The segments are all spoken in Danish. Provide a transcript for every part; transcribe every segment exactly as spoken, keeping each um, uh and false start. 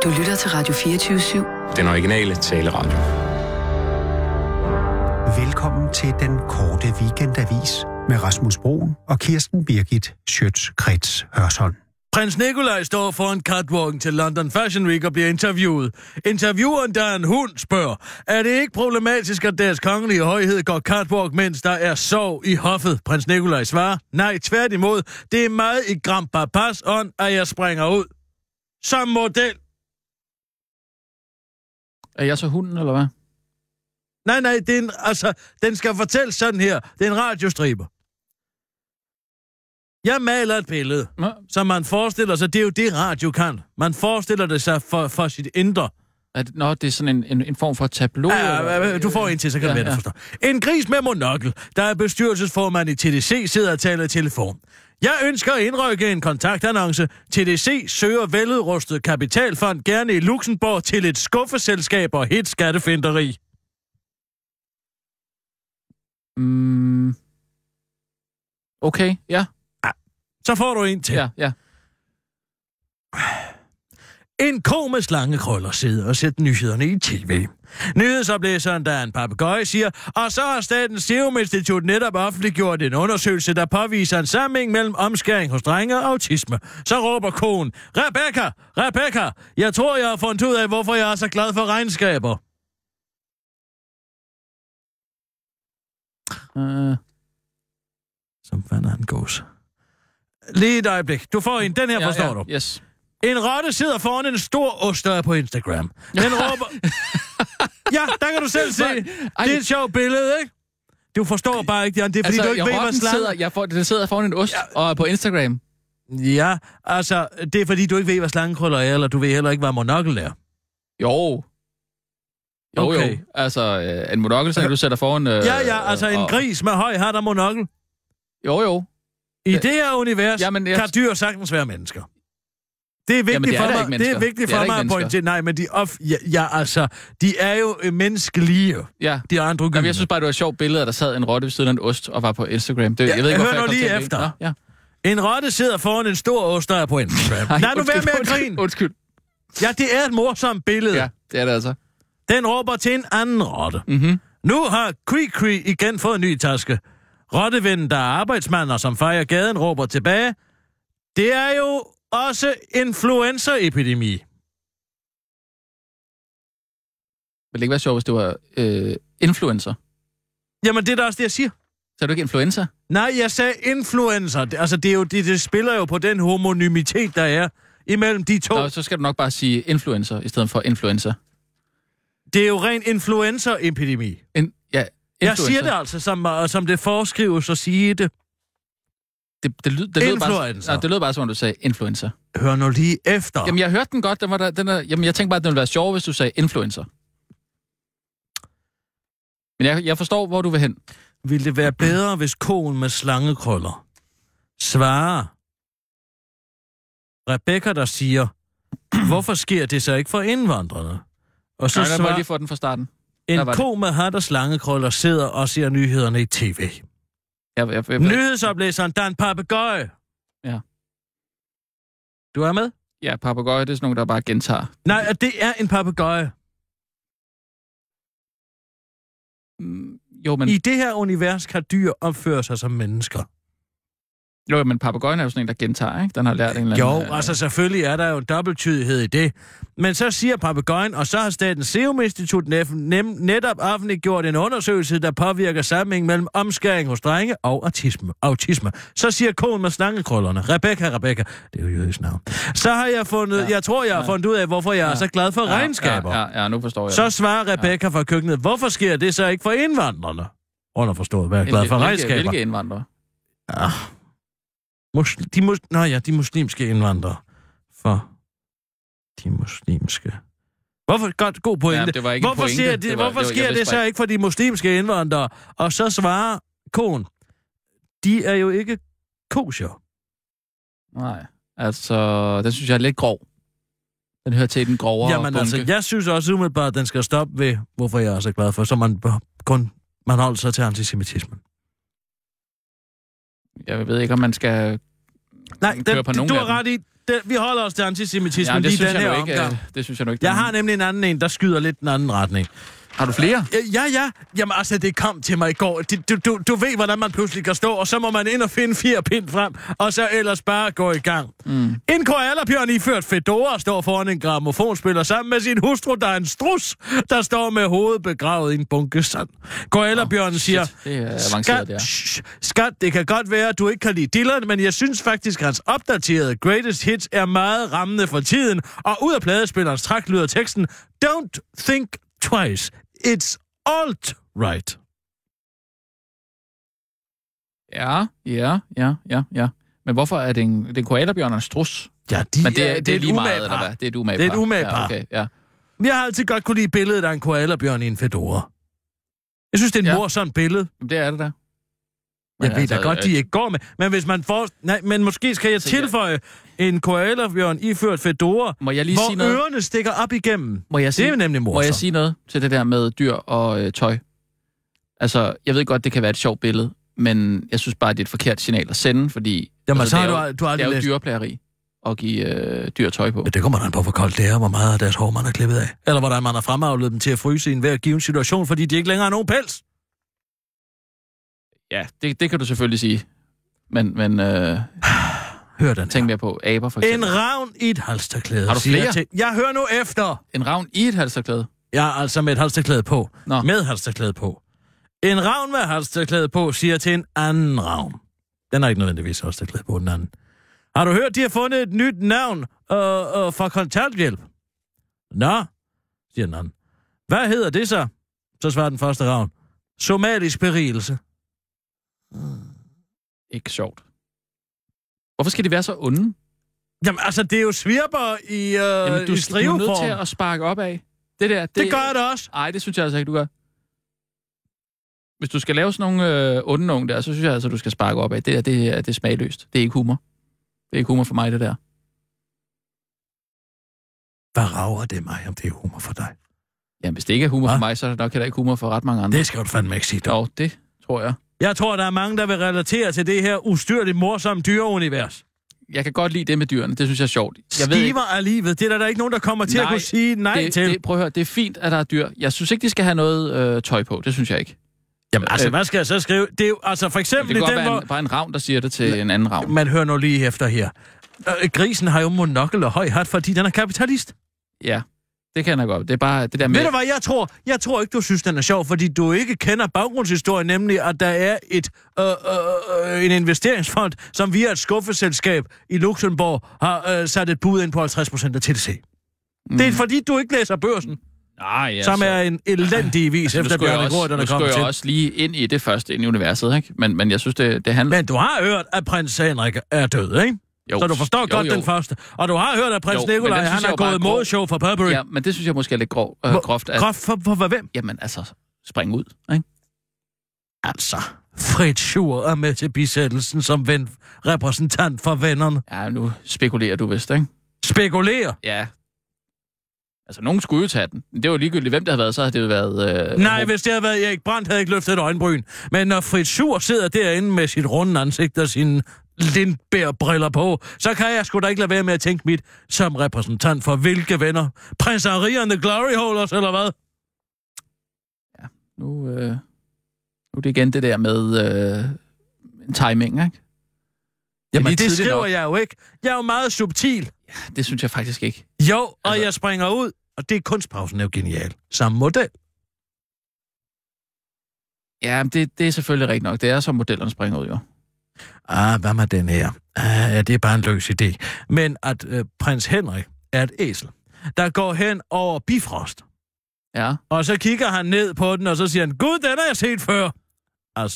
Du lytter til Radio fireogtyve syv. Den originale taleradio. Velkommen til den korte weekendavis med Rasmus Broen og Kirsten Birgit Schøtz-Krets Hørsholm. Prins Nikolaj står foran catwalken til London Fashion Week og bliver interviewet. Intervieweren, der er en hund, spørger, er det ikke problematisk, at deres kongelige højhed går catwalk, mens der er sorg i hoffet? Prins Nikolaj svarer, nej, tværtimod, det er meget i Grand Papas ånd, at jeg springer ud. Som model. Er jeg så hunden, eller hvad? Nej, nej, det er en, altså, den skal fortælle sådan her. Det er en radiostriber. Jeg maler et billede, ja. Som man forestiller sig. Det er jo det, radio kan. Man forestiller det sig for, for sit indre. Er det, nå, det er sådan en, en, en form for tableau? Ja, ja, du får en til, så kan ja, du ja. forstå. En gris med monokkel, der er bestyrelsesformand i T D C, sidder og taler i telefon. Jeg ønsker at indrykke en kontaktannonce. T D C søger veludrustet kapitalfond, gerne i Luxembourg, til et skuffeselskab og hit skattefinderi. Mm. Okay, ja. Så får du en til. Ja, ja. En ko med slangekrøller sidder og sætter nyhederne i tv. Nyhedsoplæseren, der er en papegøje, siger, og så har Statens Serum Institut netop offentliggjort en undersøgelse, der påviser en sammenhæng mellem omskæring hos drenge og autisme. Så råber koen, Rebecca, Rebecca, jeg tror, jeg har fundet ud af, hvorfor jeg er så glad for regnskaber. Uh. Som fanden han gås. Lige et øjeblik. Du får en. Den her ja, forstår ja, du. Yes. En rotte sidder foran en stor oster på Instagram. Den råber... Ja, der kan du selv se. Det er et sjovt billede, ikke? Du forstår bare ikke, Jan. Det er fordi, altså, du ikke ved, hvad slange... Sidder, jeg får, den sidder foran en ost ja. Og på Instagram. Ja, altså, det er fordi, du ikke ved, hvad slangekrøller er, eller du ved heller ikke, hvad monokkel er. Jo. Jo, okay. jo. Altså, øh, en monokkel, så du sætter foran... Øh, ja, ja, altså en og... gris med høj hat og monokkel. Jo, jo. I det, det her univers jamen, jeg... kan dyr sagtens være mennesker. Det er vigtigt jamen, det er for mig, det er vigtigt for mig at pointere. Nej, men de of, ja, ja, altså, de er jo menneskelige. Ja. De er andre. Jamen, jeg synes bare, det var et sjovt billede, at der sad en rotte ved siden af en ost og var på Instagram. Det, ja, jeg ved ikke, hør hvorfor nu jeg lige kom efter. Ja. En rotte sidder foran en stor ost, der er på Instagram. Nej, Lad nu være med at grine. Undskyld. Ja, det er et morsomt billede. Ja, det er det altså. Den råber til en anden rotte. Mm-hmm. Nu har Cree igen fået en ny taske. Rottevennen, der er arbejdsmand og som fejrer gaden, råber tilbage. Det er jo også influenzaepidemi. Vil det ikke være sjovt, hvis det var øh, influencer? Jamen, det er da også det, jeg siger. Så er du ikke influencer? Nej, jeg sagde influencer. Altså, det, er jo, det, det spiller jo på den homonymitet, der er imellem de to. Nå, så skal du nok bare sige influencer i stedet for influencer. Det er jo ren influenzaepidemi. En, ja, jeg siger det altså, som, som det foreskrives at sige det. Det, det, lyd, det, lød bare, nej, det lød bare, som om du sagde influencer. Hør nu lige efter. Jamen, jeg hørte den godt. Den var der, den er, jamen, jeg tænkte bare, at det ville være sjov, hvis du sagde influencer. Men jeg, jeg forstår, hvor du vil hen. Vil det være bedre, hvis koen med slangekrøller svarer Rebecca, der siger, hvorfor sker det så ikke for indvandrerne? Og så nej, der svarer må lige få den fra starten. En ko med hat og slangekrøller sidder og ser nyhederne i tv. Jeg, jeg, jeg, Nyhedsoplæseren, der er en papegøje. Ja. Du er med? Ja, papegøje, det er sådan nogen, der bare gentager. Nej, det er en papegøje. Mm, jo, men... I det her univers kan dyr opføre sig som mennesker. Jo, men papegøjen er jo sådan en, der gentager, ikke? Den har lært en eller anden... Jo, altså selvfølgelig er der jo en dobbelttydighed i det. Men så siger papegøjen, og så har Statens Serum Institut netop offentliggjort en undersøgelse, der påvirker sammenhæng mellem omskæring hos drenge og autisme. autisme. Så siger koen med slangekrøllerne, Rebecca, Rebecca, det er jo jødisk navn. Så har jeg fundet, ja. jeg tror, jeg har ja. fundet ud af, hvorfor jeg ja. er så glad for ja. regnskaber. Ja, ja, ja, nu forstår jeg. Så svarer Rebecca ja. fra køkkenet, hvorfor sker det så ikke for indvandrerne? Underforstået, hvad er glad for regnskaber? Hvilke indvandrere? Ja... Muslim, de, mus, nej, ja, de muslimske indvandrere. For de muslimske... Hvorfor? Godt, god pointe. Ja, det var ikke hvorfor pointe. Siger det, det var, hvorfor det var, sker det så ikke for de muslimske indvandrere? Og så svarer koen, de er jo ikke kosher. Nej, altså, det synes jeg er lidt grov. Den hører til den grovere Jamen bunke. altså, jeg synes også umiddelbart, at den skal stoppe ved, hvorfor jeg er så glad for, så man kun man holder sig til antisemitismen. Jeg ved ikke, om man skal Nej, den, på du nogen har ret i, det, vi holder os til antisemitismen ja, det lige synes den jeg her nu ikke, omgang. øh, det synes jeg nu ikke. Jeg har nemlig en anden en, der skyder lidt den anden retning. Har du flere? Ja, ja. Jamen altså, det kom til mig i går. Du, du, du ved, hvordan man pludselig kan stå, og så må man ind og finde fire pind frem, og så ellers bare gå i gang. Mm. En koalabjørn iført fedora står foran en gramofonspiller sammen med sin hustru, der er en strus, der står med hovedet begravet i en bunke sand. Koalabjørnen oh, siger, det er avanceret, det er. Skat, skat, det kan godt være, at du ikke kan lide Dylan, men jeg synes faktisk, at hans opdaterede Greatest Hits er meget rammende for tiden, og ud af pladespillerens træk lyder teksten, Don't think twice. It's alt right. Ja, ja, ja, ja, ja. Men hvorfor er det en, det er en koalabjørn og en strus? Ja, de, Men det, er, det, det er et lige meget, umage eller par. hvad? Det er et umage Det er par. et umage Ja, par. okay, ja. Jeg har altid godt kunne lide billedet af en koalabjørn i en fedora. Jeg synes, det er en Ja. morsom billede. Jamen, det er det da. Jeg ved altså, da godt, øh, de ikke går med. Men hvis man får... Nej, men måske skal jeg Så jeg- tilføje en koalabjørn iført fedora, Må jeg lige sige hvor noget? ørerne stikker op igennem. Må jeg Det sige, er jo nemlig morsomt. må jeg sige noget til det der med dyr og øh, tøj? Altså, jeg ved godt, det kan være et sjovt billede, men jeg synes bare, det er et forkert signal at sende, fordi Jamen, altså, så har det du, er al- jo, du har det aldrig er jo læst... dyreplageri at give øh, dyr tøj på. Men det kommer an på, hvor koldt det er, hvor meget af deres hår, man har klippet af. Eller hvordan man har fremavlet dem til at fryse i en hver given situation, fordi de ikke længere har nogen pels. Ja, det, det kan du selvfølgelig sige. Men, men øh, Hør den tænk her. mere på aber, for En eksempel. ravn i et halsterklæde. Har du siger flere? jeg Til... Jeg hører nu efter. En ravn i et halsterklæde? Ja, altså med et halsterklæde på. Nå. Med halsterklæde på. En ravn med halsterklæde på siger til en anden ravn. Den har ikke nødvendigvis halsterklæde på, den anden. Har du hørt, de har fundet et nyt navn øh, øh, for kontanthjælp? Nå, siger den anden. Hvad hedder det så? Så svarer den første ravn. Somalisk berigelse. Ikke sjovt. Hvorfor skal de være så onde? Jamen, altså, det er jo svirper i, øh, Jamen, du, i skal, du er nødt til striveform. at sparke op af. Det der, det, Det gør jeg da også. Nej, det synes jeg altså ikke, du gør. Hvis du skal lave sådan nogle øh, onde nogen der, så synes jeg altså, du skal sparke op af. Det, er, det, er, det er smagløst. Det er ikke humor. Det er ikke humor for mig, det der. Hvad rager det mig, om det er humor for dig? Jamen, hvis det ikke er humor Hva? for mig, så er det nok heller ikke humor for ret mange andre. Det skal du fandme ikke sige, dog. Jo, det tror jeg. Jeg tror, der er mange, der vil relatere til det her ustyrligt morsomme dyreunivers. Jeg kan godt lide det med dyrene. Det synes jeg er sjovt. Jeg ved Skiver ikke, af livet, det er der, der ikke nogen, der kommer til Nej, at kunne sige nej det, til. det, prøv at høre, det er fint, at der er dyr. Jeg synes ikke, de skal have noget øh, tøj på. Det synes jeg ikke. Jamen altså, øh, hvad skal jeg så skrive? Det er jo, altså for Det eksempel kan i godt den, være hvor... en, bare en ravn, der siger det til en anden ravn. Man hører nu lige efter her. Øh, grisen har jo monokkel og høj hat, fordi den er kapitalist. Ja, det kan jeg godt. Det er bare det der med... Ved du hvad, jeg tror? Jeg tror ikke, du synes, den er sjov, fordi du ikke kender baggrundshistorien, nemlig at der er et øh, øh, øh, en investeringsfond, som via et skuffeselskab i Luxembourg har øh, sat et bud ind på halvtreds procent af T D C. Mm. Det er fordi, du ikke læser Børsen, Nej, ja, som så... er en elendig vis, Altså, efter Bjarne Grød, der nu er skal kommet jeg til. også lige ind i det første ind i universet, ikke? Men, men jeg synes, det, det handler... Men du har hørt, at prins Henrik er død, ikke? Jo, Så du forstår jo, godt jo. den første. Og du har hørt, at prins Jo, men Nikolaj, den synes han jeg har jo bare gået er grov. modeshow for Burberry. Ja, men det synes jeg måske er lidt grov, øh, Hvor- groft. At, Groft for, for, for hvem? jamen, altså, spring ud, ikke? Altså, Fritz Schur er med til bisættelsen som ven, repræsentant for vennerne. Ja, nu spekulerer du vist, ikke? Spekulerer. Ja. Altså, nogen skulle jo tage den. Det var jo ligegyldigt, hvem der havde været, så havde det jo været... Øh, Nej, Ro- hvis det havde været Erik Brandt, havde jeg ikke løftet et øjenbryn. Men når Fritz Schur sidder derinde med sit runde ansigt og sine lindbærbriller på, så kan jeg sgu da ikke lade være med at tænke mit som repræsentant for hvilke venner? Prins Henri and the Glory Holders, eller hvad? Nu, øh, nu er det igen det der med øh, timing, ikke? Jamen, lige det tidligt skriver nok. jeg jo ikke. Jeg er jo meget subtil. Det synes jeg faktisk ikke. Jo, og Altså- jeg springer ud, og det er kunstpausen er jo genial. Samme model. Ja, men det, det er selvfølgelig rigtigt nok. Det er som modellerne springer ud, jo. Ah, hvad med den her? Ah, ja, det er bare en løs idé. Men at øh, prins Henrik er et æsel, der går hen over Bifrost, Ja. og så kigger han ned på den, og så siger han, Gud, den har jeg set før. Altså,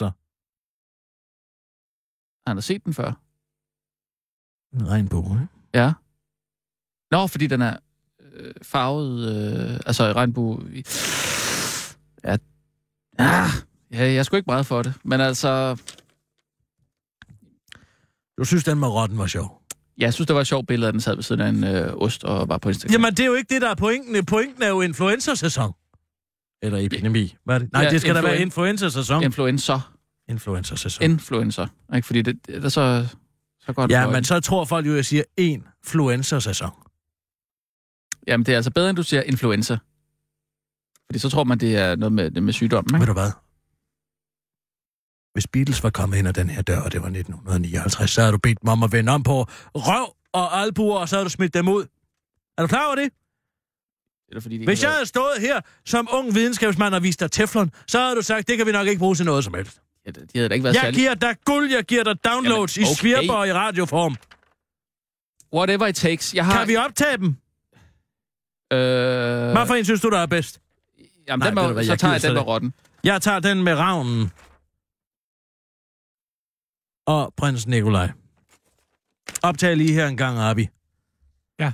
Han har set den før. en regnbue, ikke? Ja. Nå, fordi den er øh, farvet... Øh, altså regnbue... Ja. Ah, ja, jeg er sgu ikke meget for det. Men altså... Du synes, den med rotten var sjov? Jeg synes, det var et sjovt billede, at den sad ved siden af en øh, ost og var på Instagram. Jamen, det er jo ikke det, der er pointen. Pointen er jo influencer-sæson. Eller epidemi. Hvad er det? Nej, Ja, det skal da influen- være influencer-sæson. Influencer. Influencer-sæson. Influencer. Ikke? Fordi det, det er så... Så godt Ja, for men så tror folk jo, at jeg siger en influencer-sæson. Jamen, det er altså bedre, end du siger influencer. Fordi så tror man, det er noget med, med sygdommen, ikke? Ved du hvad? Hvis Beatles var kommet ind ad den her dør, og det var nitten nioghalvtreds, så havde du bedt dem om at vende om på røv og albuer, og så havde du smidt dem ud. Er du klar over det? Eller fordi, Hvis jeg havde stået her som ung videnskabsmand og vist dig teflon, så havde du sagt, det kan vi nok ikke bruge til noget som helst. Ja, de havde da ikke været jeg særlig... giver dig guld, jeg giver dig downloads Jamen, okay. i svirper og i radioform. Whatever it takes. Jeg har... Kan vi optage dem? Øh... Hvad for en synes du, der er bedst? Jamen, Nej, den må, hvad, så jeg tager jeg den med det. rotten. Jeg tager den med ravnen. Og prins Nikolaj. Optag lige her en gang, Abi. Ja.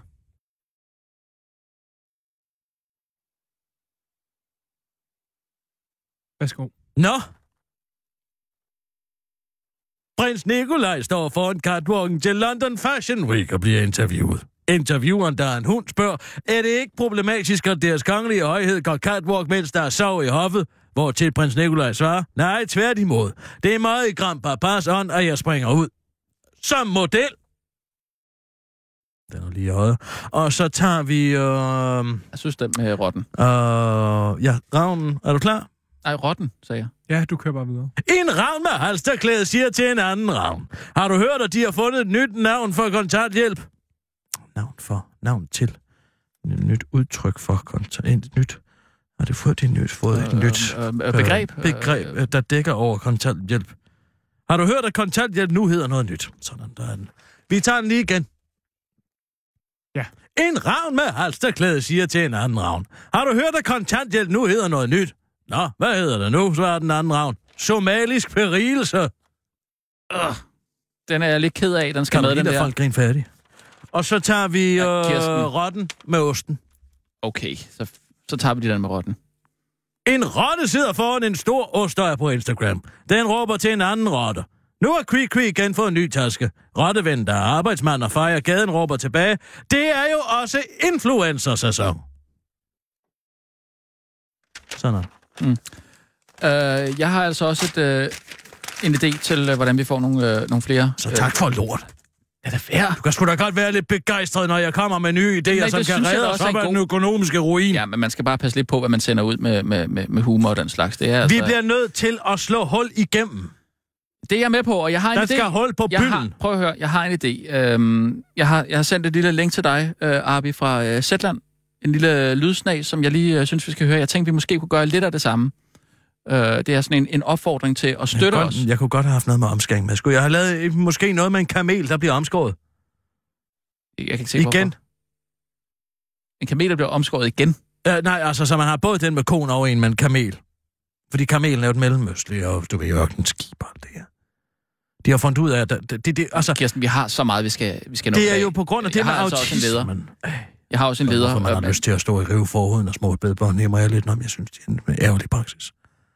Værsgo. Nå. Prins Nikolaj står foran catwalken til London Fashion Week og bliver interviewet. Intervieweren, der er en hund, spørger, er det ikke problematisk, at deres kongelige højhed går catwalk, mens der er sov i hoffet? Hvor til prins Nikolaj svarer, nej, tværtimod. Det er meget i Grandpapas ånd, at jeg springer ud. Som model. Den er lige i øjet. Og så tager vi... Øh... Jeg synes, den med rotten. Øh... Ja, ravnen. Er du klar? Nej, rotten, sagde jeg. Ja, du kører bare videre. En ravn med halsterklæde siger til en anden ravn. Har du hørt, at de har fundet et nyt navn for kontanthjælp? Navn for, navn til. Et nyt udtryk for kontanthjælp. Et nyt. Har det fået et nyt, fået et nyt øh, øh, begreb, øh, begreb, der dækker over kontanthjælp. Har du hørt, at kontanthjælp nu hedder noget nyt? Sådan, der er den. Vi tager den lige igen. Ja. En ravn med halsterklæde siger til en anden ravn. Har du hørt, at kontanthjælp nu hedder noget nyt? Nå, hvad hedder det nu, svarer den anden ravn. Somalisk berigelse. Øh, den er jeg lidt ked af, den skal kan med, den der. Kan folk grine færdig? Og så tager vi ja, øh, rotten med osten. Okay, så, så tager vi den med rotten. En rotte sidder foran en stor ostøjer på Instagram. Den råber til en anden rotte. Nu har Quick Quick igen fået en ny taske. Rotteven, der er arbejdsmand og fejrer gaden, råber tilbage. Det er jo også influencer-sæson. Sådan. Mm. Øh, jeg har altså også et, øh, en idé til, øh, hvordan vi får nogle, øh, nogle flere... Så tak for lort. Er det fair? Du kan sgu da godt være lidt begejstret, når jeg kommer med nye idéer, Nej, som kan redde os op af den økonomiske ruin. Ja, men man skal bare passe lidt på, hvad man sender ud med, med, med, med humor og den slags. Det er altså... Vi bliver nødt til at slå hul igennem. Det er jeg med på, og jeg har en Der idé. Der skal hul på jeg har, bylden. Prøv at høre, jeg har en idé. Øhm, jeg, har, jeg har sendt et lille link til dig, øh, Arbi, fra øh, Zetland. En lille lydsnag, som jeg lige øh, synes, vi skal høre. Jeg tænkte, vi måske kunne gøre lidt af det samme. Øh, det er sådan en, en opfordring til at støtte jeg os. Godt, jeg kunne godt have haft noget med omskæring med. Skulle jeg have lavet måske noget med en kamel, der bliver omskåret? Jeg kan ikke se, igen? Hvorfor. En kamel, der bliver omskåret igen? Ja, nej, altså, så man har både den med kon og en med en kamel. Fordi kamelen er jo et mellemøstlig, og du ved jo ikke, den skiber det her. De har fundet ud af, at det, det, det altså... Kirsten, vi har så meget, vi skal, vi skal nå. Det er jo på grund af det med altså autismen. Jeg har også en leder. Hvorfor man har men... lyst til at stå i rive forhuden og små bedbørn, nemmer jeg lidt om, jeg synes, det er en ærgerlig praksis.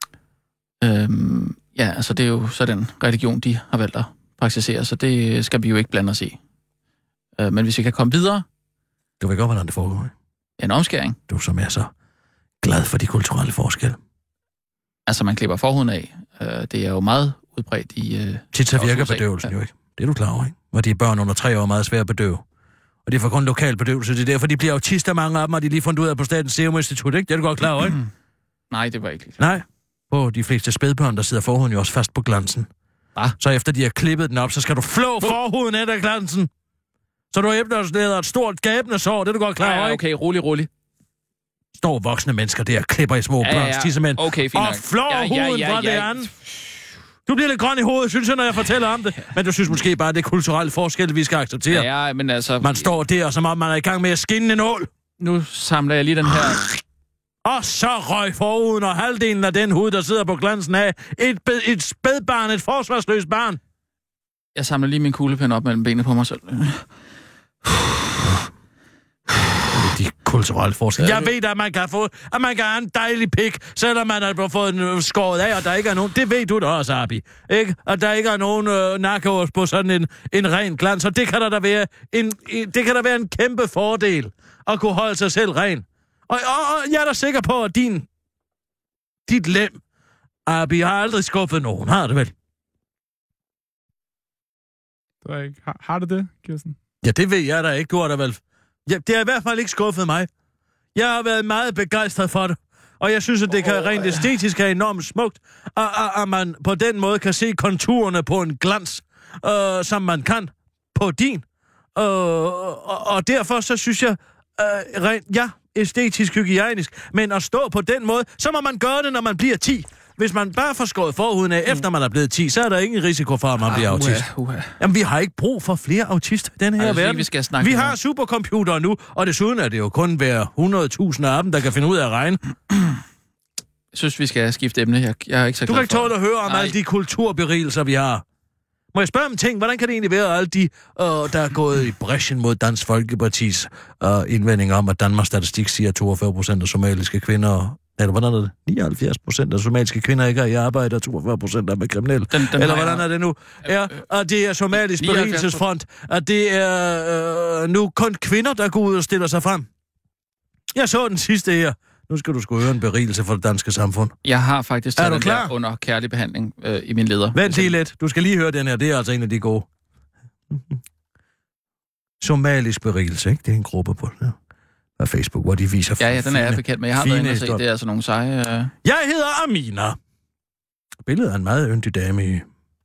Øhm, ja, altså det er jo så den religion, de har valgt at praktisere, så det skal vi jo ikke blande os i. Øh, men hvis vi kan komme videre... Du ved godt, hvordan det foregår, ikke? En omskæring. Du som er så glad for de kulturelle forskelle. Altså, man klipper forhuden af. Øh, det er jo meget udbredt i... Øh, Tit så virker bedøvelsen ja. jo ikke. Det er du klar over, ikke? Hvor de børn under tre år er meget svære at bedøve. Og det er for kun lokal bedøvelse. Det er derfor, de bliver autister, mange af dem, og de lige fundet ud af på Statens Serum Institut, ikke? Det er du godt klar over, ikke? Nej, det var ikke lige. Nej. På de fleste spædbørn, der sidder forhuden jo også fast på glansen. Ah. Så efter de har klippet den op, så skal du flå forhuden af af glansen. Så du efterlader et stort gabende sår, det er du godt klar over, ja, ikke? Okay, rolig, rolig. Står voksne mennesker der, klipper i små ja, børns ja. tissemænd. Okay, fint og nok. flår ja, ja, huden ja, fra ja, det ja. andet. Du bliver lidt grøn i hovedet, synes jeg, når jeg fortæller om det. Men du synes måske bare, det er kulturelle forskel, vi skal acceptere. Ja, ja, men altså... Man står der, som om man er i gang med at skinne en ål. Nu samler jeg lige den her... Og så røg forhuden og halvdelen af den hud, der sidder på glansen af et, be- et spædbarn, et forsvarsløst barn. Jeg samler lige min kuglepen op mellem benene på mig selv. De kulturelle forskelle. Jeg ved, at man kan få, at man kan have en dejlig pik, selvom man har fået den skåret af, og der ikke er nogen. Det ved du da også, Abi. Ikke? At der ikke er nogen øh, narkos på sådan en, en ren glans, og det kan der da være en, en, det kan der være en kæmpe fordel at kunne holde sig selv ren. Og, og, og jeg er da sikker på, at din, dit lem, Abi, har aldrig skuffet nogen. Har det vel? Det er ikke. Har, har det det, Kirsten? Ja, det ved jeg da ikke, du har da vel... Ja, det har i hvert fald ikke skuffet mig. Jeg har været meget begejstret for det. Og jeg synes, at det kan rent æstetisk være enormt smukt, og at man på den måde kan se konturerne på en glans, øh, som man kan på din. Øh, og, og derfor så synes jeg, øh, rent, ja, æstetisk, hygiejnisk, men at stå på den måde, så må man gøre det, når man bliver ti. Hvis man bare får skåret forhuden af, efter man er blevet ti, så er der ingen risiko for, at man bliver autist. Uh, uh. Jamen, vi har ikke brug for flere autister i den her Ej, verden. Ikke, vi skal snakke vi har supercomputere nu, og desuden er det jo kun hver hundrede tusind af dem, der kan finde ud af at regne. Jeg synes, vi skal skifte emne. Jeg, jeg er ikke så Du glad kan ikke tåle at høre om Nej. alle de kulturberigelser, vi har. Må jeg spørge om ting? Hvordan kan det egentlig være, at alle de, øh, der er gået i bræschen mod Dansk Folkepartis øh, indvending om, at Danmarks Statistik siger, at toogfyrre procent af somaliske kvinder... Eller hvordan er det? nioghalvfjerds procent af somaliske kvinder ikke er i arbejde, og toogfyrre procent er med kriminelle. Den, den eller hvordan er det nu? Ja, og det er Somalisk Berigelsesfront, og det er øh, nu kun kvinder, der går ud og stiller sig frem. Jeg så den sidste her. Nu skal du sgu høre en berigelse for det danske samfund. Jeg har faktisk taget den klar? der under kærlig behandling øh, i min leder. Vent lige lidt. Du skal lige høre den her. Det er altså en af de gode. Somalisk berigelse, ikke? Det er en gruppe på ja. Af Facebook, hvor de viser... Ja, ja, den er jeg bekendt med. Jeg har været inde og set, det er altså nogle seje... Øh... Jeg hedder Amina. Billedet er en meget yndig dame i...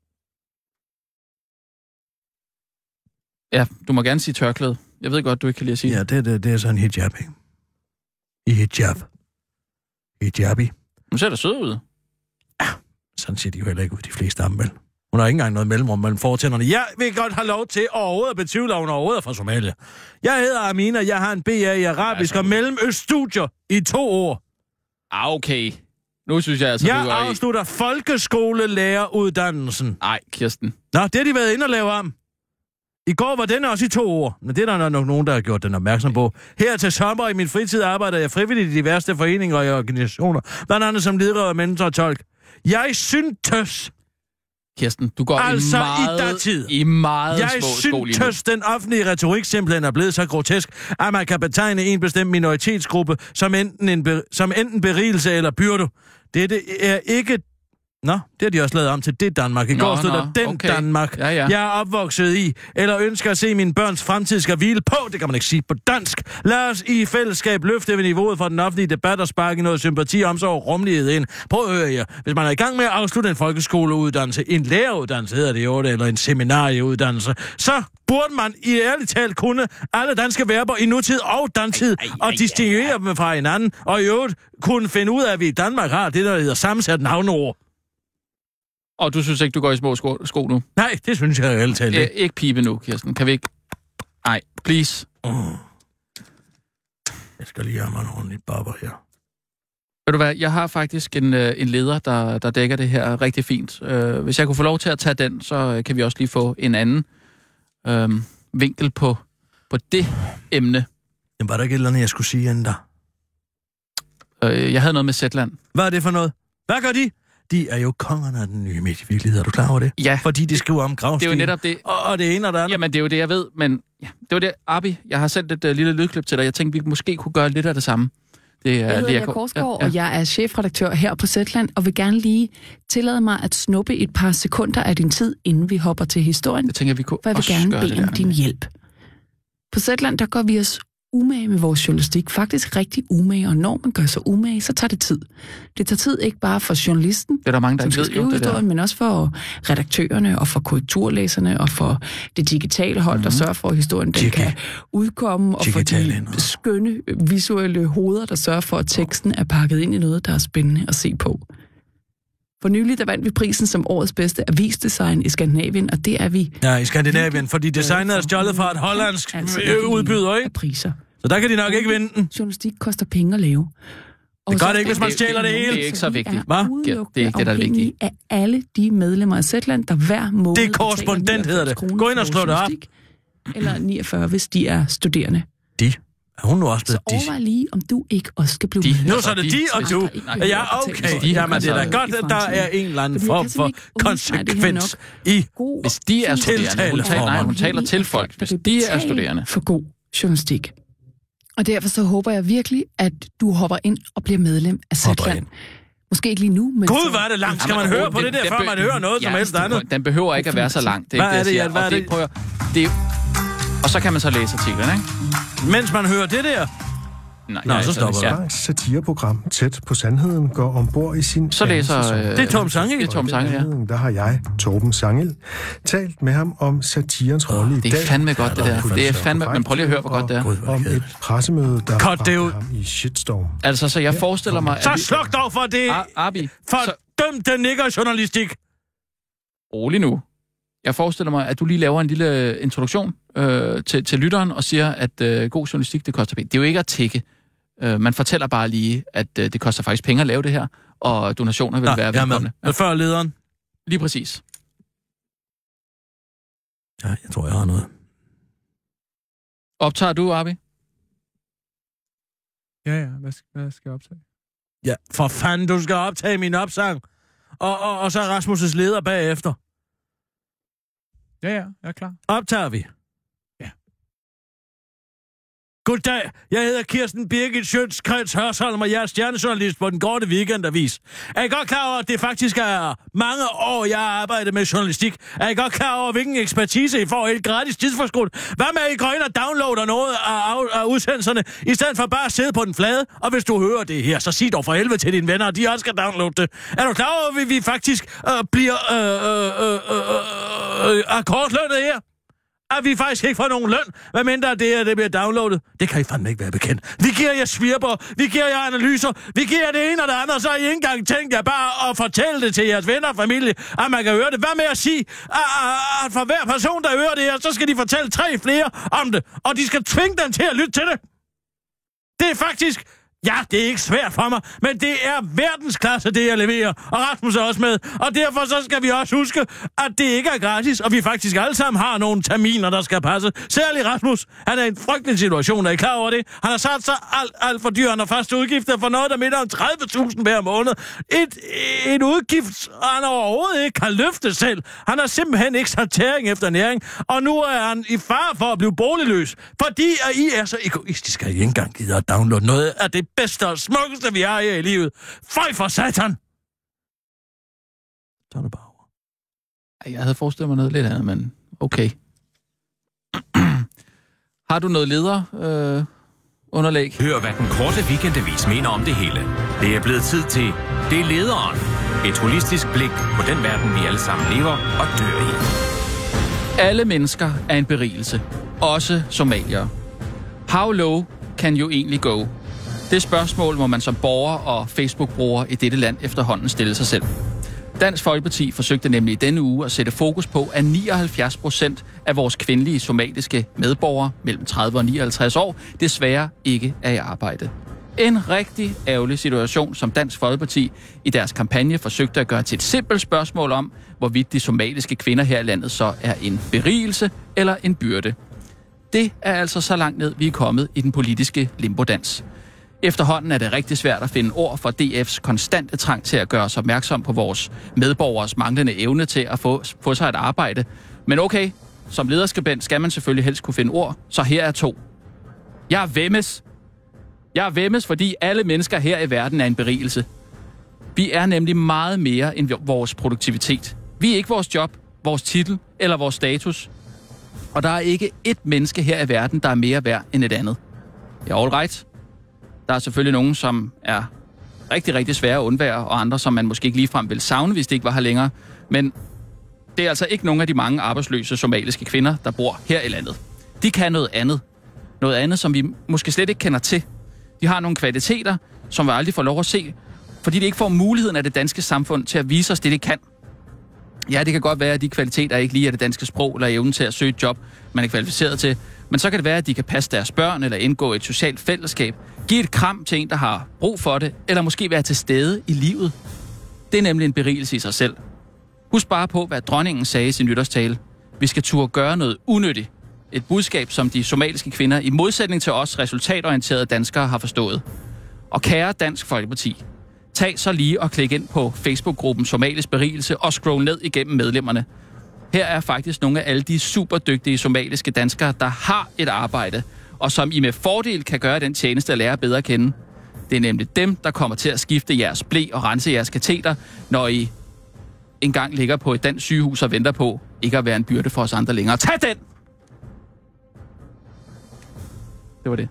Ja, du må gerne sige tørklæde. Jeg ved godt, du ikke kan lide at sige Ja, det, det, det er sådan en hijab, ikke? I hijab. Hijabi. Hun ser da sød ud. Ja, sådan ser de jo heller ikke ud, de fleste af dem, vel? Hun har ikke engang noget mellemrum mellem fortænderne. Jeg vil godt have lov til overhovedet at betvivle, at hun overhovedet er fra Somalia. Jeg hedder Amina, jeg har en B A i arabisk og mellemøststudier i to år. Ah, okay. Nu synes jeg altså, jeg du er i... afslutter folkeskolelæreruddannelsen. Nej, Kirsten. Nå, det har de været inde og lave om. I går var den også i to år, men det er der nok nogen, der har gjort den opmærksom på. Her til sommer i min fritid arbejder jeg frivilligt i diverse foreninger og organisationer, blandt andet som leder og mentor og tolk. Jeg syntes... Kirsten, du går altså i meget, i datid. i meget jeg små sko lige nu. Jeg synes, den offentlige retorik simpelthen er blevet så grotesk, at man kan betegne en bestemt minoritetsgruppe som enten, en be, som enten berigelse eller byrde. Dette er ikke... Nå, det har de også lavet om til det Danmark. I nå, går stod der den okay. Danmark, ja, ja. jeg er opvokset i, eller ønsker at se mine børns fremtid skal hvile på. Det kan man ikke sige på dansk. Lad os i fællesskab løfte ved niveauet for den offentlige debat og sparke noget sympati, omsorg og rummelighed ind. Prøv at høre her. Hvis man er i gang med at afslutte en folkeskoleuddannelse, en læreruddannelse hedder det jo, eller en seminarieuddannelse, så burde man i ærligt talt kunne alle danske verber i nutid og dantid ej, ej, og distinguere dem fra hinanden, og i øvrigt kunne finde ud af, at vi i Danmark har det, der hedder sammensat navneord. Og du synes ikke, du går i små sko, sko nu? Nej, det synes jeg ærligt talt ikke. Æ, ikke pibe nu, Kirsten. Kan vi ikke? Nej, please. Oh. Jeg skal lige have mig en ordentlig barber her. Ved du hvad, jeg har faktisk en, en leder, der, der dækker det her rigtig fint. Uh, hvis jeg kunne få lov til at tage den, så kan vi også lige få en anden uh, vinkel på, på det emne. Jamen, var der ikke et eller andet, jeg skulle sige inden der? Uh, jeg havde noget med Zetland. Hvad er det for noget? Hvad gør de? De er jo kongerne af den nye medievirkelighed. Er du klar over det? Ja. Fordi de skriver om gravsten. Det er jo netop det. Og, og det ene og det andet. Jamen, det er jo det, jeg ved. Men ja, det var det, Abi, jeg har sendt et uh, lille lydklip til dig. Jeg tænkte, vi måske kunne gøre lidt af det samme. Det er jeg hedder Lea Korsgaard, ja, ja. Og jeg er chefredaktør her på Zetland, og vil gerne lige tillade mig at snuppe et par sekunder af din tid, inden vi hopper til historien. Det tænker vi kunne for jeg vil gerne bede om din hjælp. På Zetland, der gør vi os umage med vores journalistik. Faktisk rigtig umage, og når man gør sig umage, så tager det tid. Det tager tid ikke bare for journalisten, det er der mange, der som skal skrive historien, men også for redaktørerne, og for korrekturlæserne, og for det digitale hold, mm-hmm. der sørger for, at historien den kan udkomme, og for de skønne visuelle hoveder, der sørger for, at teksten er pakket ind i noget, der er spændende at se på. For nylig, der vandt vi prisen som årets bedste avisdesign i Skandinavien, og det er vi... Ja, i Skandinavien, fordi designet er stjålet fra et hollandsk altså, udbyder, ikke? Priser. Så der kan de nok ikke vinde den. Journalistik koster penge at lave. Og det gør det ikke, hvis man stjæler det hele. Det er ikke så vigtigt. Hvad? Det er ikke det, der er vigtigt. Af alle de medlemmer af Zetland, der hver måned... Det er korrespondent, hedder det. Gå ind og slå det op. Eller niogfyrre, hvis de er studerende. De? Er hun nu også blevet de? Så overvej lige, om du ikke også skal blive... De. Nu så er det de, og du. Ja, okay. Jamen, det er da godt, at der er en eller anden form for konsekvens i hvis de er studerende. Hun taler, nej, hun taler til folk. Hvis de er studerende. For god journalistik. Og derfor så håber jeg virkelig, at du hopper ind og bliver medlem af Zetland. Måske ikke lige nu, men... Gud, hvad er det langt? Skal man høre på det der, før man hører noget som helst andet? Den behøver ikke at være så lang. Hvad er det, Jan? Hvad er det? Prøv at... Det Og så kan man så læse artiklen, ikke? Mens man hører det der... Nej, Nå, ja, så stopper ja. det. Et satireprogram tæt på sandheden går ombord i sin Så læser... anden sæson. Øh, Det er Tom Sangel. Det er Tom Sangel, ja. Der har jeg, Torben Sangel, talt med ham om satirens rolle i dag. Det er fandme godt, det der. Det er fandme... Men prøv lige at høre, hvor godt det er. Og om et pressemøde, der Cut det ud. bragte ham i shitstorm. Altså, så jeg forestiller mig... Så at vi- sluk dog for det Ar- Arbi, så fordømte niggerjournalistik. rolig nu. Jeg forestiller mig, at du lige laver en lille introduktion øh, til, til lytteren og siger, at øh, god journalistik, det koster penge. Det er jo ikke at tække. Øh, man fortæller bare lige, at øh, det koster faktisk penge at lave det her, og donationer vil Nå, være jeg er med. velkomne. Ja. Før lederen. Lige præcis. Ja, jeg tror, jeg har noget. Optager du, Arbi? Ja, ja. Hvad skal, hvad skal jeg optage? Ja, for fanden, du skal optage min opsang. Og, og, og så Rasmus' leder bagefter. Ja, ja. Jeg er klar. Optager vi? Ja. Goddag, jeg hedder Kirsten Birgit Schøtz-Krets Hørsholm, og jeg er stjernejournalist på Den Korte Weekendavis. Er I godt klar over, at det faktisk er mange år, jeg har arbejdet med journalistik? Er I godt klar over, hvilken ekspertise I får helt gratis tidsforskudt? Hvad med, at I går ind og downloader noget af, af, af udsendelserne, i stedet for bare at sidde på den flade? Og hvis du hører det her, så sig dog for helvede til dine venner, at de også skal downloade det. Er du klar over, at vi faktisk øh, bliver øh, øh, øh, øh, øh, akkordlønnet her? At vi faktisk ikke får nogen løn, hvad mindre det her det bliver downloadet. Det kan I fandme ikke være bekendt. Vi giver jer svirper, vi giver jer analyser, vi giver jer det ene og det andet, så har I ikke engang tænkt jer bare at fortælle det til jeres venner og familie, at man kan høre det. Hvad med at sige, at for hver person, der hører det her, så skal de fortælle tre flere om det, og de skal tvinge dem til at lytte til det. Det er faktisk... Ja, det er ikke svært for mig, men det er verdensklasse, det jeg leverer, og Rasmus er også med. Og derfor så skal vi også huske, at det ikke er gratis, og vi faktisk alle sammen har nogle terminer, der skal passe. Særligt Rasmus, han er i en frygtelig situation, er I klar over det? Han har sat sig alt, alt for dyr, han har faste udgifter for noget, der minder om tredive tusind hver måned. Et, et udgift, han overhovedet ikke kan løfte selv. Han har simpelthen ikke sat tæring efter næring, og nu er han i fare for at blive boligløs, fordi at I er så egoistiske, at I ikke engang gider at downloade noget af det bedste og smukkeste, vi har her i livet. Føj for satan! Så er det bare over. Jeg havde forestillet mig noget lidt andet, men okay. Har du noget leder øh, underlæg? Hør, hvad Den Korte Weekendavis mener om det hele. Det er blevet tid til Det er Lederen. Et holistisk blik på den verden, vi alle sammen lever og dør i. Alle mennesker er en berigelse. Også somaliere. How low can you egentlig go? Det spørgsmål må man som borger og Facebook-bruger i dette land efterhånden stille sig selv. Dansk Folkeparti forsøgte nemlig i denne uge at sætte fokus på, at nioghalvfjerds procent af vores kvindelige somaliske medborgere mellem tredive og nioghalvtreds år desværre ikke er i arbejde. En rigtig ærgerlig situation, som Dansk Folkeparti i deres kampagne forsøgte at gøre til et simpelt spørgsmål om, hvorvidt de somaliske kvinder her i landet så er en berigelse eller en byrde. Det er altså så langt ned, vi er kommet i den politiske limbodans. Efterhånden er det rigtig svært at finde ord for D F's konstante trang til at gøre os opmærksom på vores medborgers manglende evne til at få, få sig et arbejde. Men okay, som lederskribent skal man selvfølgelig helst kunne finde ord, så her er to. Jeg er væmmes. Jeg er væmmes, fordi alle mennesker her i verden er en berigelse. Vi er nemlig meget mere end vores produktivitet. Vi er ikke vores job, vores titel eller vores status. Og der er ikke ét menneske her i verden, der er mere værd end et andet. Ja, all right. Der er selvfølgelig nogen, som er rigtig, rigtig svære at undvære, og andre, som man måske ikke ligefrem vil savne, hvis det ikke var her længere. Men det er altså ikke nogen af de mange arbejdsløse somaliske kvinder, der bor her i landet. De kan noget andet. Noget andet, som vi måske slet ikke kender til. De har nogle kvaliteter, som vi aldrig får lov at se, fordi de ikke får muligheden af det danske samfund til at vise os det, de kan. Ja, det kan godt være, at de kvaliteter ikke lige er det danske sprog eller evnen til at søge et job, man er kvalificeret til. Men så kan det være, at de kan passe deres børn eller indgå et socialt fællesskab. Give et kram til en, der har brug for det, eller måske være til stede i livet. Det er nemlig en berigelse i sig selv. Husk bare på, hvad dronningen sagde i sin nytårstale. Vi skal turde gøre noget unødigt. Et budskab, som de somaliske kvinder i modsætning til os resultatorienterede danskere har forstået. Og kære Dansk Folkeparti, tag så lige og klik ind på Facebook-gruppen Somalisk Berigelse og scroll ned igennem medlemmerne. Her er faktisk nogle af alle de superdygtige somaliske danskere, der har et arbejde, og som I med fordel kan gøre den tjeneste at lære bedre at kende. Det er nemlig dem, der kommer til at skifte jeres ble og rense jeres kateter, når I engang ligger på et dansk sygehus og venter på ikke at være en byrde for os andre længere. Tag den! Det var det.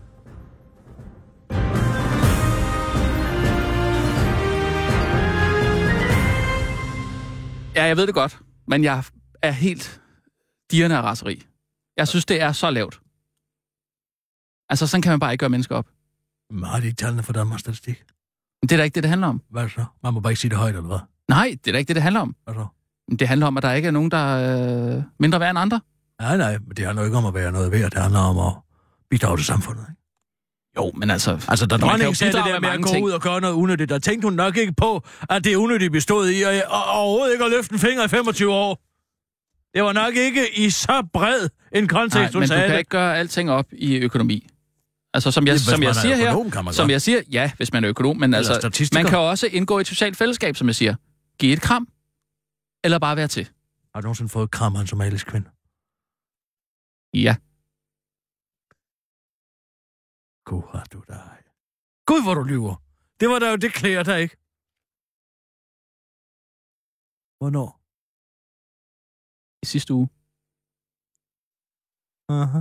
Ja, jeg ved det godt, men jeg er helt dirrende af raseri. Jeg synes, det er så lavt. Altså, sådan kan man bare ikke gøre mennesker op. Men har de ikke tallene for Danmarks Statistik? Men det er da ikke det, det handler om. Hvad så? Man må bare ikke sige det højt, eller hvad? Nej, det er da ikke det, det handler om. Hvad så? Det handler om, at der ikke er nogen, der er øh, mindre værd end andre. Nej, nej, men det handler jo ikke om at være noget værd. Det handler om at bidrage til samfundet, ikke? Jo, men altså... Altså, da dronningen sagde det bidrage der med med at mange gå ting. ud og gøre noget unødigt, der tænkte hun nok ikke på, at det unødigt bestod i at og overhovedet ikke at løfte en finger i femogtyve år. Det var nok ikke i så bred en kontekst, Nej, hun men sagde du kan det. ikke gøre alting op i økonomi. Altså, som jeg, Det er, hvis som man jeg er siger her... økonom, kan man Som godt. jeg siger, ja, hvis man er økonom, men Eller altså... statistiker. Man kan også indgå i et socialt fællesskab, som jeg siger. Giv et kram, eller bare være til. Har du nogensinde fået et kram af en somalisk kvinde? Ja. Gud, har du dig. Gud, hvor du lyver. Det var da jo, det klæder dig ikke. Hvornår? I sidste uge. Aha.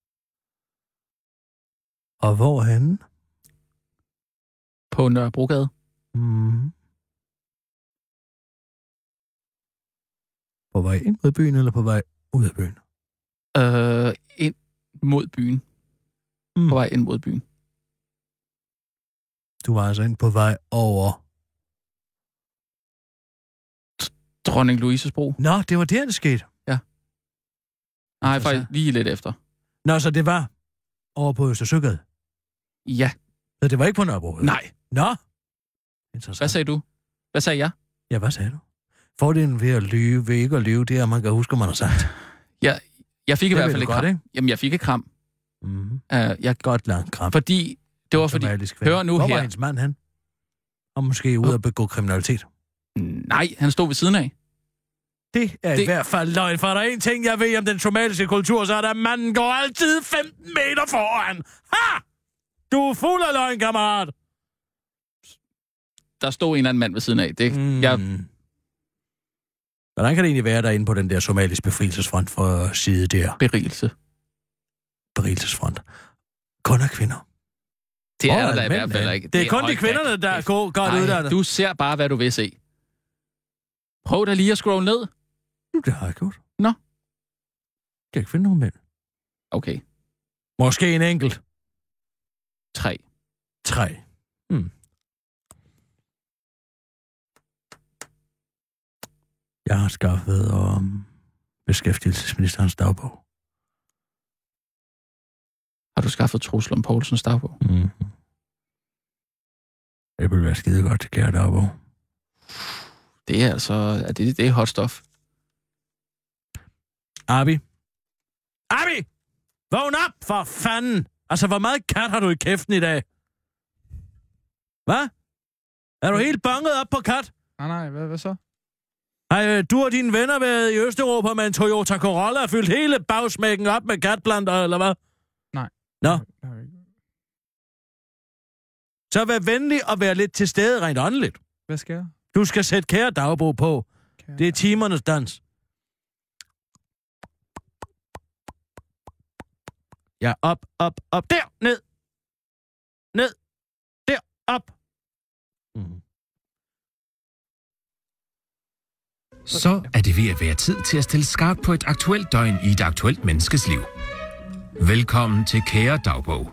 Og hvorhenne? På Nørrebrogade. Mm. På vej ind mod byen, eller på vej ud af byen? Øh, ind mod byen. Mm. På vej ind mod byen. Du var altså ind på vej over... Dronning Louises bro. Nå, det var der, det skete. Nej, Så- faktisk lige lidt efter. Nå, så det var over på Østersøgade. Ja. Så det var ikke på Nørrebrogade? Nej. Nå. Interessant. Hvad sagde du? Hvad sagde jeg? Ja, hvad sagde du? Fordelen ved at lyve, ved ikke at lyve, det er, at man kan huske, hvad man har sagt. Jeg, jeg fik i Det hvert ved fald du et godt, kram. ikke? Jamen, jeg fik et kram. Mm. Uh, jeg, Godt langt kram. fordi, det var fordi... Hør nu Hvor her. var hendes mand hen? Og måske ude at begå kriminalitet. Nej, han stod ved siden af. Det er det... Det- i hvert fald løgn, for der er en ting, jeg ved om den somaliske kultur, så er der, at manden går altid femten meter foran. Ha! Du er fuld af løgn, kammerat. Der stod en eller anden mand ved siden af. Det, Mm. jeg, Hvordan kan det egentlig være derinde på den der somaliske befrielsesfront for side der? berigelse. Befrielsesfront. Kun af kvinder. Det Hvor er er der da i mænd hvert fald henne? ikke. Det er kun de højt kvinderne, væk. der Det- går godt Nej, uddannet. du ser bare, hvad du vil se. Prøv da lige at scrolle ned. Nu, det har jeg gjort. Nå. Jeg kan ikke finde nogen mænd. Okay, Måske en enkelt. tre. Tre. Hmm. Jeg har skaffet om beskæftigelsesministerens dagbog. Har du skaffet Troels Lund Poulsens dagbog? Mm. Det ville være skide godt til kære dagbog. Det er altså... Ja, det, det er hot stuff. Abi. Abi! Vågn op, for fanden! Altså, hvor meget kat har du i kæften i dag? Hvad? Er du helt banget op på kat? Nej, nej, hvad, hvad så? Har du og dine venner været i Østeuropa med en Toyota Corolla og fyldt hele bagsmækken op med katplanter, eller hvad? Nej. Nå, Jeg har ikke- så vær venlig og vær lidt til stede rent åndeligt. Hvad skal jeg? Du skal sætte kære dagbog på. Kære- Det er timernes dans. Ja, op, op, op, der, ned. Ned, der, op. Mm. Så er det ved at være tid til at stille skarpt på et aktuelt døgn i et aktuelt menneskes liv. Velkommen til Kære Dagbog.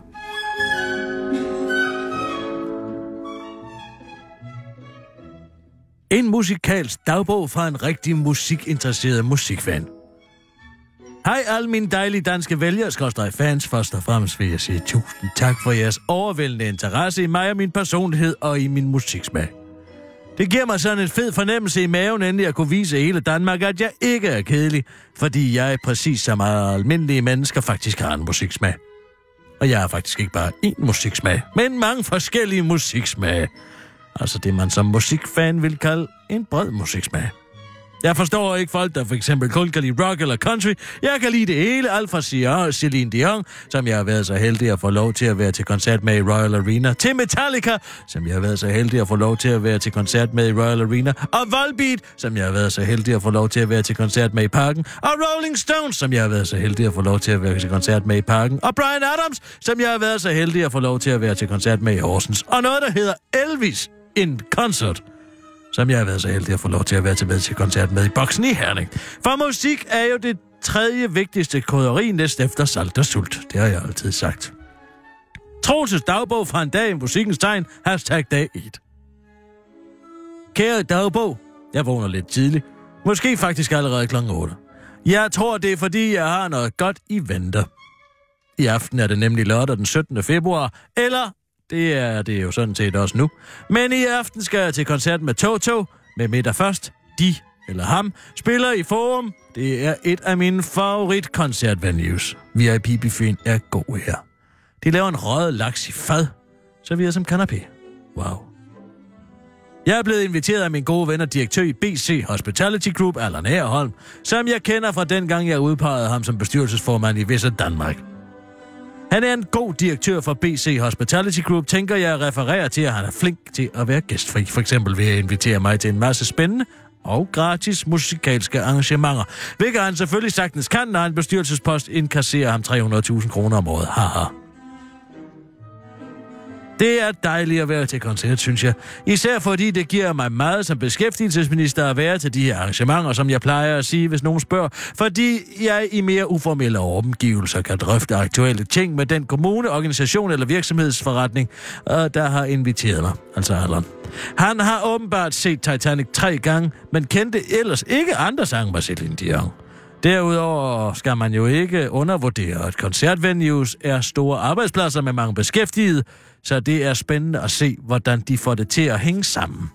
En musikalsk dagbog fra en rigtig musikinteresseret musikfan. Hej alle mine dejlige danske vælgere, skråstreg fans. Først og fremmest vil jeg sige tusind tak for jeres overvældende interesse i mig og min personlighed og i min musiksmag. Det giver mig sådan en fed fornemmelse i maven, endelig at kunne vise hele Danmark, at jeg ikke er kedelig, fordi jeg præcis som almindelige mennesker faktisk har en musiksmag. Og jeg har faktisk ikke bare én musiksmag, men mange forskellige musiksmage. Altså det, man som musikfan vil kalde en bred musiksmag. Jeg forstår ikke folk, der for eksempel kun kan lide rock eller country. Jeg kan lide det hele, alt fra Celine Dion, som jeg har været så heldig at få lov til at være til koncert med i Royal Arena, til Metallica, som jeg har været så heldig at få lov til at være til koncert med i Royal Arena, og Volbeat, som jeg har været så heldig at få lov til at være til koncert med i Parken, og Rolling Stones, som jeg har været så heldig at få lov til at være til koncert med i Parken, og Bryan Adams, som jeg har været så heldig at få lov til at være til koncert med i Horsens, og noget, der hedder Elvis in Concert, som jeg har været så heldig at få lov til at være til med til koncert med i Boksen i Herning. For musik er jo det tredje vigtigste krydderi næst efter salt og sult. Det har jeg altid sagt. Troelses dagbog fra en dag i musikkens tegn, hashtag dag et. Kære dagbog, jeg vågner lidt tidligt. Måske faktisk allerede klokken otte. Jeg tror, det er fordi, jeg har noget godt i venter. I aften er det nemlig lørdag den syttende februar, eller det er det jo sådan set også nu. Men i aften skal jeg til koncert med Toto, med middag først. De, eller ham, spiller i Forum. Det er et af mine favoritkoncertvenues. V I P-buffeten er god her. De laver en røget laks i fad, serveret som kanapé. Wow. Jeg er blevet inviteret af min gode ven og direktør i B C Hospitality Group, Allan Agerholm, som jeg kender fra dengang, jeg udpegede ham som bestyrelsesformand i Visit Danmark. Han er en god direktør for B C Hospitality Group, tænker jeg refererer til, at han er flink til at være gæstfri. For eksempel ved at invitere mig til en masse spændende og gratis musikalske arrangementer. Hvilket han selvfølgelig sagtens kan, når en bestyrelsespost indkasserer ham tre hundrede tusind kroner om året. Haha. Det er dejligt at være til koncert, synes jeg. Især fordi det giver mig meget som beskæftigelsesminister at være til de her arrangementer, som jeg plejer at sige, hvis nogen spørger. Fordi jeg i mere uformelle omgivelser kan drøfte aktuelle ting med den kommune, organisation eller virksomhedsforretning, der har inviteret mig. Altså Allan. Han har åbenbart set Titanic tre gange, men kendte ellers ikke andre sange med Celine Dion. Derudover skal man jo ikke undervurdere, at koncertvenues er store arbejdspladser med mange beskæftigede, så det er spændende at se, hvordan de får det til at hænge sammen.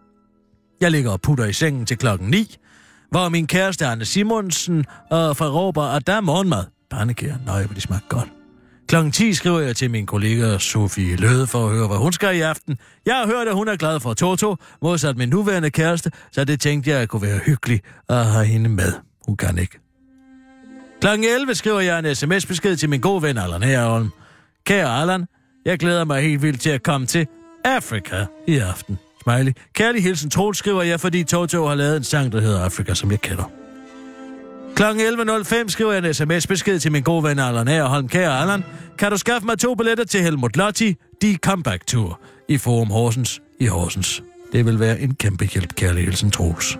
Jeg ligger og putter i sengen til klokken ni, hvor min kæreste Anne Simonsen og forråber, at der er morgenmad. Pandekager, nøj, hvor de smager godt. klokken ti skriver jeg til min kollega Sofie Løde for at høre, hvad hun skal i aften. Jeg har hørt, at hun er glad for Toto, modsat min nuværende kæreste, så det tænkte jeg, at kunne være hyggelig at have hende med. Hun kan ikke. klokken elleve skriver jeg en sms-besked til min gode ven Allan Agerholm. Kære Allan, jeg glæder mig helt vildt til at komme til Afrika i aften. Smiley. Kærlig hilsen Troels, skriver jeg, fordi Toto har lavet en sang, der hedder Afrika, som jeg kender. klokken elleve nul fem skriver jeg en sms-besked til min gode ven Allan Agerholm. Kære Allan, kan du skaffe mig to billetter til Helmut Lotti, de Comeback Tour i Forum Horsens i Horsens. Det vil være en kæmpe hjælp, kærlig hilsen Troels.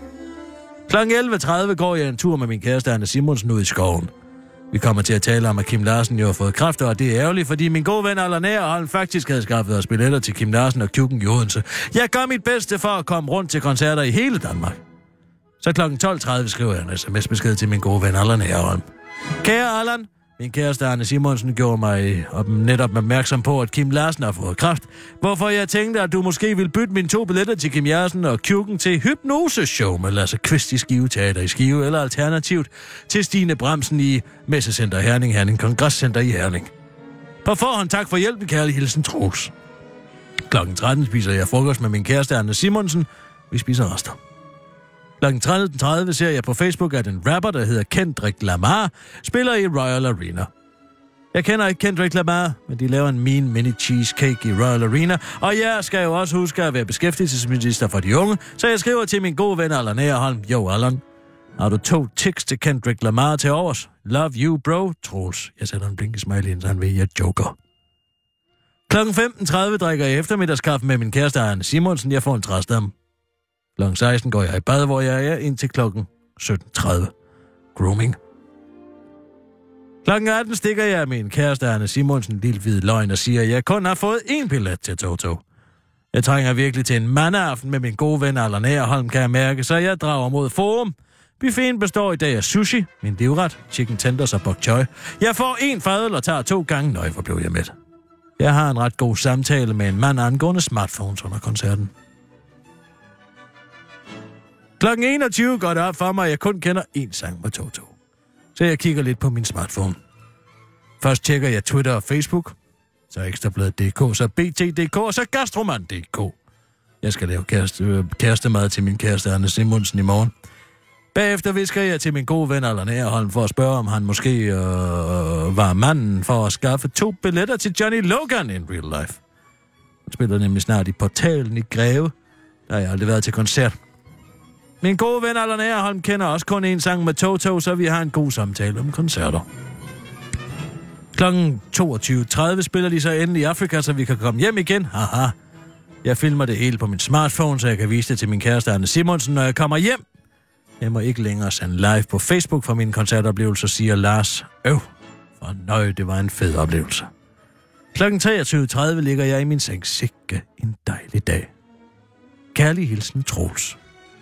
klokken elleve tredive går jeg en tur med min kæreste Anne Simonsen ud i skoven. Vi kommer til at tale om, at Kim Larsen jo har fået kræfter, og det er ærgerligt, fordi min gode ven Allan Agerholm faktisk havde skaffet os billetter til Kim Larsen og Kjukken i Odense. Jeg gør mit bedste for at komme rundt til koncerter i hele Danmark. Så klokken tolv tredive skriver jeg en sms-besked til min gode ven Allan Agerholm. Kære Allan, min kæreste Anne Simonsen gjorde mig netop opmærksom på, at Kim Larsen har fået kræft, hvorfor jeg tænkte, at du måske ville bytte mine to billetter til Kim Larsen og Kjukken til hypnoseshow med Lasse Kvist i Skive Teater i Skive, eller alternativt til Stine Bramsen i Messecenter Herning, Herning Kongresscenter i Herning. På forhånd tak for hjælpen, kærlig hilsen Troels. klokken tretten spiser jeg frokost med min kæreste Anne Simonsen. Vi spiser rester. klokken tretten tredive ser jeg på Facebook, at en rapper, der hedder Kendrick Lamar, spiller i Royal Arena. Jeg kender ikke Kendrick Lamar, men de laver en mean mini cheesecake i Royal Arena, og jeg skal jo også huske at være beskæftigelsesminister for de unge, så jeg skriver til min gode ven Allan Agerholm. Jo, Allan, har du to tics til Kendrick Lamar til overs? Love you, bro, Troels. Jeg sætter en blinkesmiley ind, så han ved, jeg joker. klokken femten tredive drikker jeg eftermiddagskaffe med min kæreste Anne Simonsen. Jeg får en træstamme. klokken seksten går jeg i bad, hvor jeg er indtil klokken sytten tredive. Grooming. klokken atten stikker jeg min kæreste Anne Simonsen en lille hvid løgn og siger, at jeg kun har fået én billet til Toto. Jeg trænger virkelig til en mandeaften med min gode ven Allan Agerholm, kan jeg mærke, så jeg drager mod Forum. Buffeten består i dag af sushi, min livret, chicken tenders og bok choy. Jeg får en fadøl og tager to gange, nøj, hvor blev jeg med. Jeg har en ret god samtale med en mand angående smartphones under koncerten. klokken enogtyve går det op for mig, at jeg kun kender én sang med Toto. Så jeg kigger lidt på min smartphone. Først tjekker jeg Twitter og Facebook, så Ekstrabladet punktum d k, så B T punktum d k og så Gastroman punktum d k. Jeg skal lave kæreste, øh, kærestemad til min kæreste Anne Simonsen i morgen. Bagefter visker jeg til min gode ven Allan Agerholm for at spørge, om han måske øh, var manden for at skaffe to billetter til Johnny Logan in real life. Han spiller nemlig snart i Portalen i Greve. Der har jeg aldrig været til koncert. Min gode ven Allan Agerholm kender også kun en sang med Toto, så vi har en god samtale om koncerter. Klokken toogtyve tredive spiller de så endelig i Afrika, så vi kan komme hjem igen. Haha. Jeg filmer det hele på min smartphone, så jeg kan vise det til min kæreste Anne Simonsen, når jeg kommer hjem. Jeg må ikke længere sende live på Facebook for min koncertoplevelse, siger Lars. Øv, for nøj, det var en fed oplevelse. Klokken treogtyve tredive ligger jeg i min seng. Sikke en dejlig dag. Kærlig hilsen, Troels.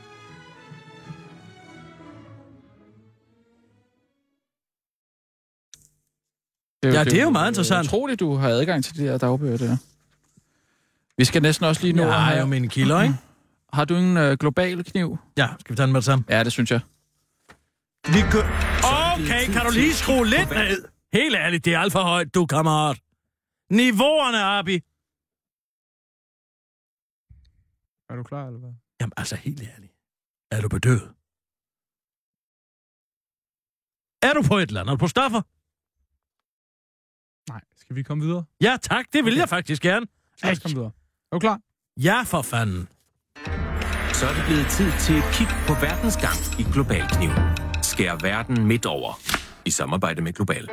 Det er jo, Ja, det er jo meget det interessant. Det er utroligt, du har adgang til de der dagbøger der. Vi skal næsten også lige nå... Jeg har jo mine kilder, ikke? Har du en øh, global kniv? Ja, skal vi tage den med det samme? Ja, det synes jeg. Vi kø... Okay, kan du lige skrue lidt ned? Helt ærligt, det er alt for højt, du kammerat. Niveauerne, Abi. Er du klar, eller hvad? Jamen, altså, helt ærligt. Er du bedøvet? Er du på et eller andet? På stoffer? Nej, skal vi komme videre? Ja, tak. Det vil okay. jeg faktisk gerne. Lad os komme videre. Er du klar? Ja, for fanden. Så er det blevet tid til et kig på verdensgang i Global Kniv. Skær verden midt over. I samarbejde med Global.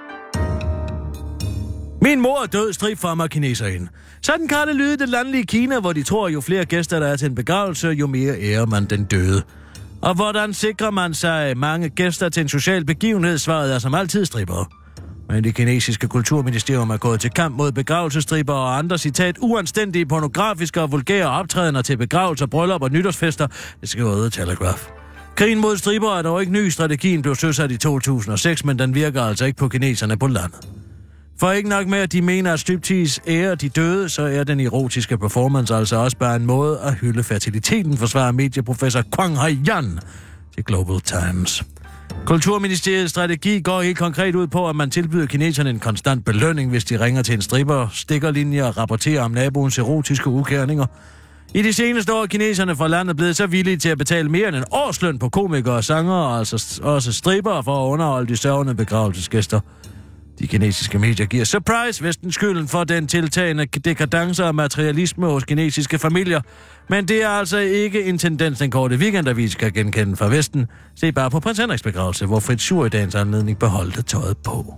Min mor er død, strib for mig kineserinde. Sådan kan det lyde det landlige Kina, hvor de tror, jo flere gæster der er til en begravelse, jo mere ærer man den døde. Og hvordan sikrer man sig mange gæster til en social begivenhed, svaret er som altid stripper. Men det kinesiske kulturministerium er gået til kamp mod begravelsesstripper og andre, citat, uanstændige, pornografiske og vulgære optrædener til begravelser, bryllup og nytårsfester, det skriver The Telegraph. Krigen mod stripper er dog ikke ny. Strategien blev søsat i to tusind og seks, men den virker altså ikke på kineserne på landet. For ikke nok med, at de mener, at striptease ærer de døde, så er den erotiske performance altså også bare en måde at hylde fertiliteten, forsvarer medieprofessor Quang Haiyan til Global Times. Kulturministeriets strategi går helt konkret ud på, at man tilbyder kineserne en konstant belønning, hvis de ringer til en stripper, stikkerlinjer og rapporterer om naboens erotiske ukærninger. I de seneste år er kineserne fra landet blevet så villige til at betale mere end en årsløn på komikere og sangere, altså også stripper, for at underholde de sørgende begravelsesgæster. De kinesiske medier giver surprise Vesten skylden for den tiltagende dekadence og materialisme hos kinesiske familier. Men det er altså ikke en tendens, den korte weekendavis kan genkende fra Vesten. Se bare på prins Henriks begravelse, hvor Fritz Schur i dagens anledning beholdte tøjet på.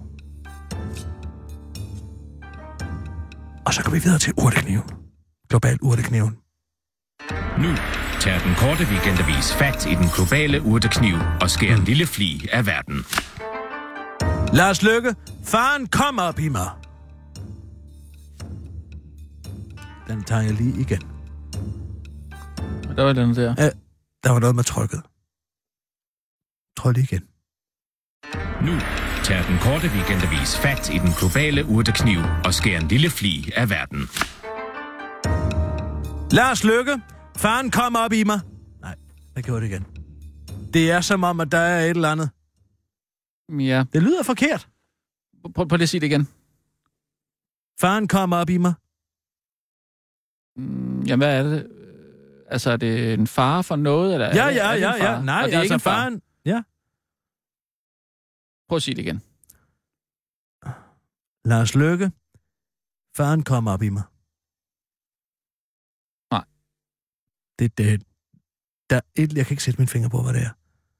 Og så går vi videre til urtekniven. Global urtekniven. Nu tager den korte weekendavis fat i den globale urtekniv og skærer en lille flig af verden. Lars Løkke, faren kom op i mig. Den tager jeg lige igen. Der var den der. Ja, der var noget med trykket. Tryk lige igen. Nu tager den korte weekendavis fat i den globale urtekniv og skærer en lille flig af verden. Lars Løkke, faren kom op i mig. Nej, jeg gjorde det igen. Det er som om, at der er et eller andet. Ja. Det lyder forkert. Prøv, prøv lige at sige det igen. Faren kom op i mig. Mm, jamen, hvad er det? Altså, er det en far for noget? Eller Ja, er det, ja, er det ja, en far? ja. Nej, og det er altså ikke en far. faren... Ja. Prøv at sige det igen. Lars Løkke, faren kom op i mig. Nej. Det, det, der er et, jeg kan ikke sætte min finger på, hvad det er.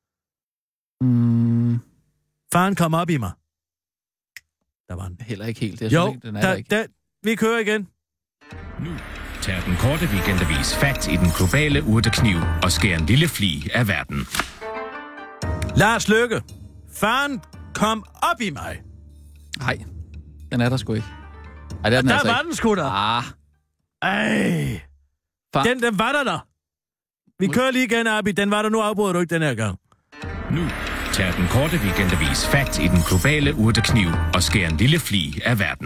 Mm. Faren kom op i mig. Der var den. Heller ikke helt. Jeg Jo, synes ikke, den er der, der ikke. der, vi kører igen. Nu tager den korte weekendavis fat i den globale urtekniv og skærer en lille flig af verden. Lars Løkke, faren kom op i mig. Nej, den er der sgu ikke. Ej, det er den Der altså var ikke. den sgu da. Ah, Ej. far. Den, den var der der. Vi kører lige igen, Abi. Den var der nu, afbryder du ikke den her gang. Nu tager den korte weekendavis fat i den globale urtekniv og skærer en lille flig af verden.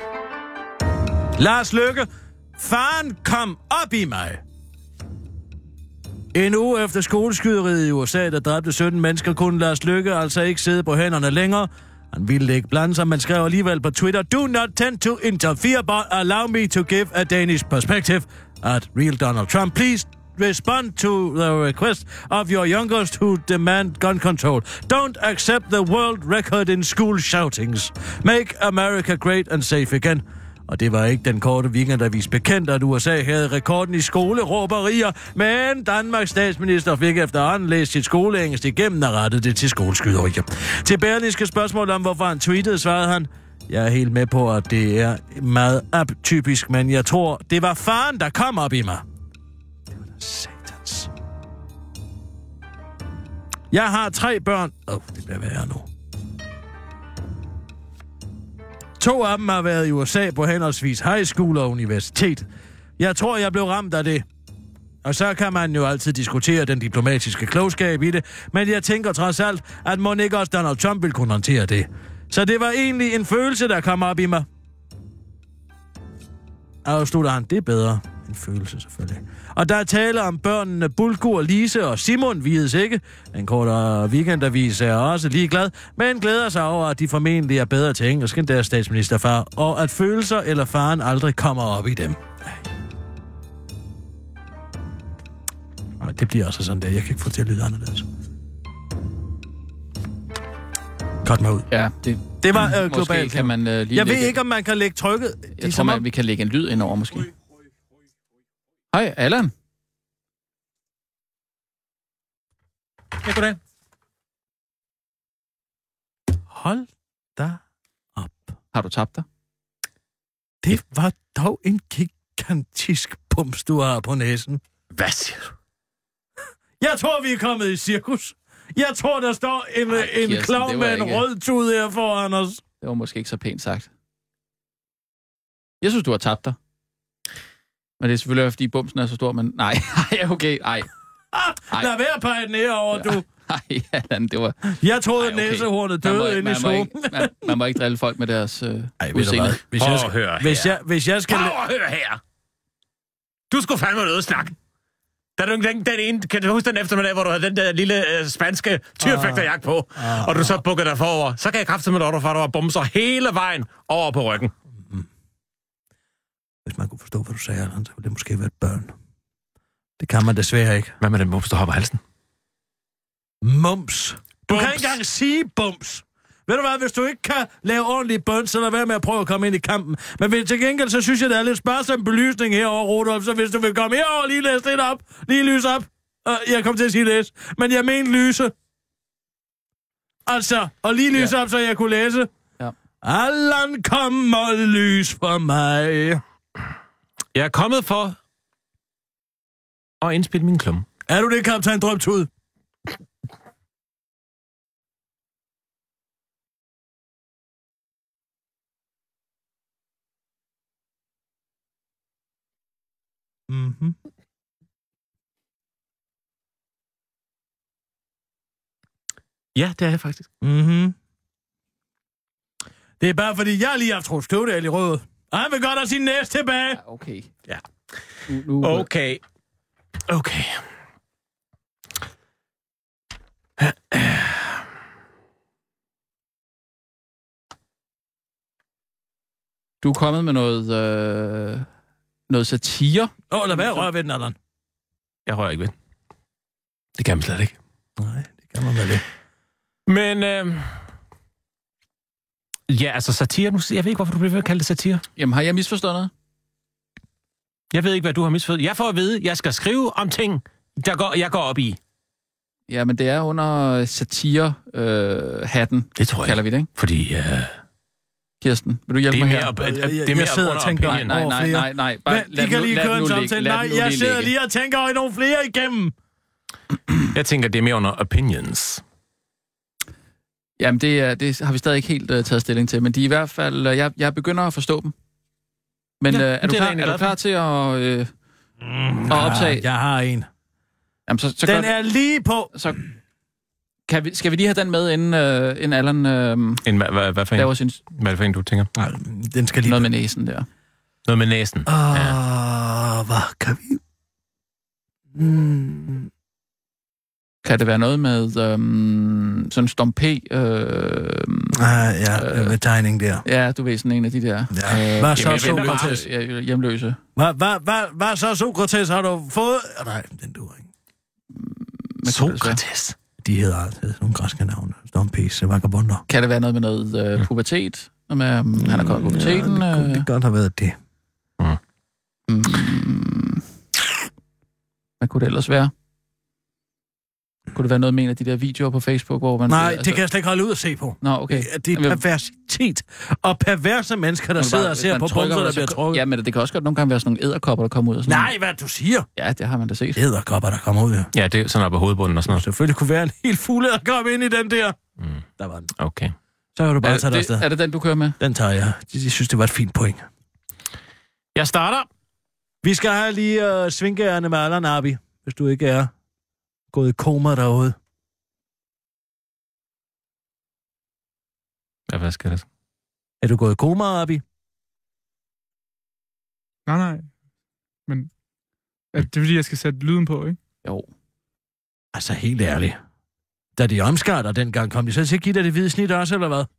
Lars Løkke, faren kom op i mig. En uge efter skoleskyderiet i U S A, der dræbte sytten mennesker, kunne Lars Løkke altså ikke sidde på hænderne længere. Han ville ikke blande sig, men skrev alligevel på Twitter, "Do not tend to interfere, but allow me to give a Danish perspective at real Donald Trump. Please respond to the request of your youngest who demand gun control. Don't accept the world record in school shoutings. Make America great and safe again. Og det var ikke den korte weekendavis bekendt, at U S A havde rekorden i skoleråberier, men Danmarks statsminister fik efterhånden læst sit skoleengelsk igennem og rettede det til skoleskyderier. Til Berlingske spørgsmål om, hvorfor han tweetede, svarede han: Jeg er helt med på, at det er meget atypisk, men jeg tror, det var faren, der kom op i mig. Det var da satans. Jeg har tre børn. Åh, oh, det bliver værre nu. To af dem har været i U S A på henholdsvis high school og universitet. Jeg tror, jeg blev ramt af det. Og så kan man jo altid diskutere den diplomatiske klogskab i det, men jeg tænker trods alt, at må ikke også Donald Trump vil kunne håndtere det. Så det var egentlig en følelse, der kom op i mig. Afslutter han, det er bedre. En følelse, selvfølgelig. Og der er tale om børnene Bulgur, Lise og Simon, vides ikke. En kortere weekendavis er også ligeglad, men glæder sig over, at de formentlig er bedre til engelsk end deres statsministerfar, og at følelser eller faren aldrig kommer op i dem. Nej, det bliver også sådan der. Jeg kan ikke få til at lyde anderledes. Cut mig ud. Ja, det, det var øh, globalt. Kan man, øh, lige jeg lægge... ved ikke, om man kan lægge trykket. Jeg tror, man, vi kan lægge en lyd ind over, måske. Hej, Allan. Ja, goddag. Hold da op. Har du tabt dig? Det var dog en gigantisk bums, du har på næsen. Hvad siger du? Jeg tror, vi er kommet i cirkus. Jeg tror, der står en, Ej, en Kirsten, klovn med en ikke... rød tud her foran os. Det var måske ikke så pænt sagt. Jeg synes, du har tabt dig. Men det er selvfølgelig, fordi bumsen er så stor, men nej, nej, okay, nej. Ah, lad være at pege den herover, du. Nej, Allan, det var... Jeg troede, ej, okay. næsehornet døde inde i solen. Man, man må ikke drille folk med deres øh, Ej, udseende. Hvis jeg skal, høre hvis jeg, hvis jeg skal... Prøv at høre her. Du skulle fandme noget snak. Da du den, den ene, kan du huske den eftermiddag, hvor du havde den der lille øh, spanske tyrfægterjagt på, ah, og du så bukkede dig forover, så kan jeg kræfte med dig for, at du var bumser hele vejen over på ryggen. Mm. Hvis man kunne forstå, hvad du sagde, Allan, så ville det måske være et børn. Det kan man desværre ikke. Hvad med den bums, der hopper halsen? Mums. Du Bums. kan ikke engang sige bums. Ved du hvad, hvis du ikke kan lave ordentlige bøns, så lad være med at prøve at komme ind i kampen. Men hvis til gengæld, så synes jeg, der er lidt sparsom belysning herovre, Rudolf. Så hvis du vil komme herover, lige læse lidt op. Lige lyse op. Uh, jeg kom til at sige læse. Men jeg mener lyse. Altså, og lige lyse ja. op, så jeg kunne læse. Ja. Allan, kom og lys for mig. Jeg er kommet for at indspille min klumme. Er du det, kaptajn Drømtud? Mhm. Ja, det er jeg faktisk. Mhm. Det er bare fordi, jeg lige har haft Støvdal i rød. Og han vil godt have sin næse tilbage. Ja, okay. Ja. Nu, nu, Okay. Okay. Du er kommet med noget, øh, noget satire. Åh, oh, lad være at røre ved den, Allan. Jeg rører ikke ved. Det kan man slet ikke. Nej, det kan man vel ikke. Men, øh... ja, altså satire. Nu, jeg ved ikke, hvorfor du bliver ved at kalde det satire. Jamen, har jeg misforstået noget? Jeg ved ikke, hvad du har misforstået. Jeg får at vide, at jeg skal skrive om ting, der går, jeg går op i. Ja, men det er under satire-hatten, øh, det tror jeg. kalder vi det, ikke? Fordi... Øh... Kirsten, vil du hjælpe det er mig mere, her? op, det, jeg, det er mere jeg sidder og tænker nej, nej, nej, nej, nej. Bare Men, de kan lige køre en samtale. Nej, jeg sidder lige og tænker over nogle flere igennem. Jeg tænker, det er mere under opinions. Jamen, det, er, det har vi stadig ikke helt uh, taget stilling til, men de er i hvert fald... Uh, jeg, jeg begynder at forstå dem. Men ja, uh, er, du klar, er, er du klar til at, uh, mm, at optage? Jeg har en. Jamen, så, så den gør, er lige på. Så kan vi, skal vi lige have den med, inden, uh, inden Allan uh, en, hvad, hvad, hvad for en? laver sin... Hvad er det for en, du tænker? Nej, den skal lige... Noget med næsen der. Noget med næsen. Åh, oh, ja. Hvad kan vi... Mm. Kan det være noget med øhm, sådan Storm P? Øh, Ah, ja, øh, med tegning der. ja, du ved, sådan en af de der Ja. øh, Hvad så, jamen, Sokrates? øh, hjemløse. Hvad, hvad, hvad, hvad så, Sokrates? Har du fået... Nej, den duer ikke. Sokrates. De hedder altid nogle græske navne. Stormpis, vagabunder. Kan det være noget med noget øh, pubertet? Noget med, um, han er kommet i puberteten? Ja, det kunne det godt have været det. Mm. Hvad kunne det ellers være? Kunne det være noget med en af de der videoer på Facebook, hvor man... Nej, altså... det kan jeg slet ikke holde ud at se på. Nå, okay. Det er perversitet og perverse mennesker, der sidder og ser på bumser, der bliver trukket. Ja, men det kan også godt nogle gange være sådan nogle edderkopper, der kommer ud. Og sådan Nej, hvad du siger? Ja, det har man da set. Edderkopper, der kommer ud, ja. Ja, det er sådan op på hovedbunden og sådan noget. Selvfølgelig kunne være en helt fugl edderkop ind i den der. Mm. Der var den. Okay. Så kan du bare er, tage dig afsted. Er det den, du kører med? Den tager jeg. Jeg synes, det var et fint point. Jeg starter. Vi skal have lige uh, svingærende med Allan Arbi, hvis du ikke er gået i koma derude. Ja, hvad skal det? Er du gået i koma, Arbi? Nej, nej. Men er det er fordi, jeg skal sætte lyden på, ikke? Jo. Altså, helt ærligt. Da de omskatter dengang, kom de så til at give dig det hvide snit også, eller hvad?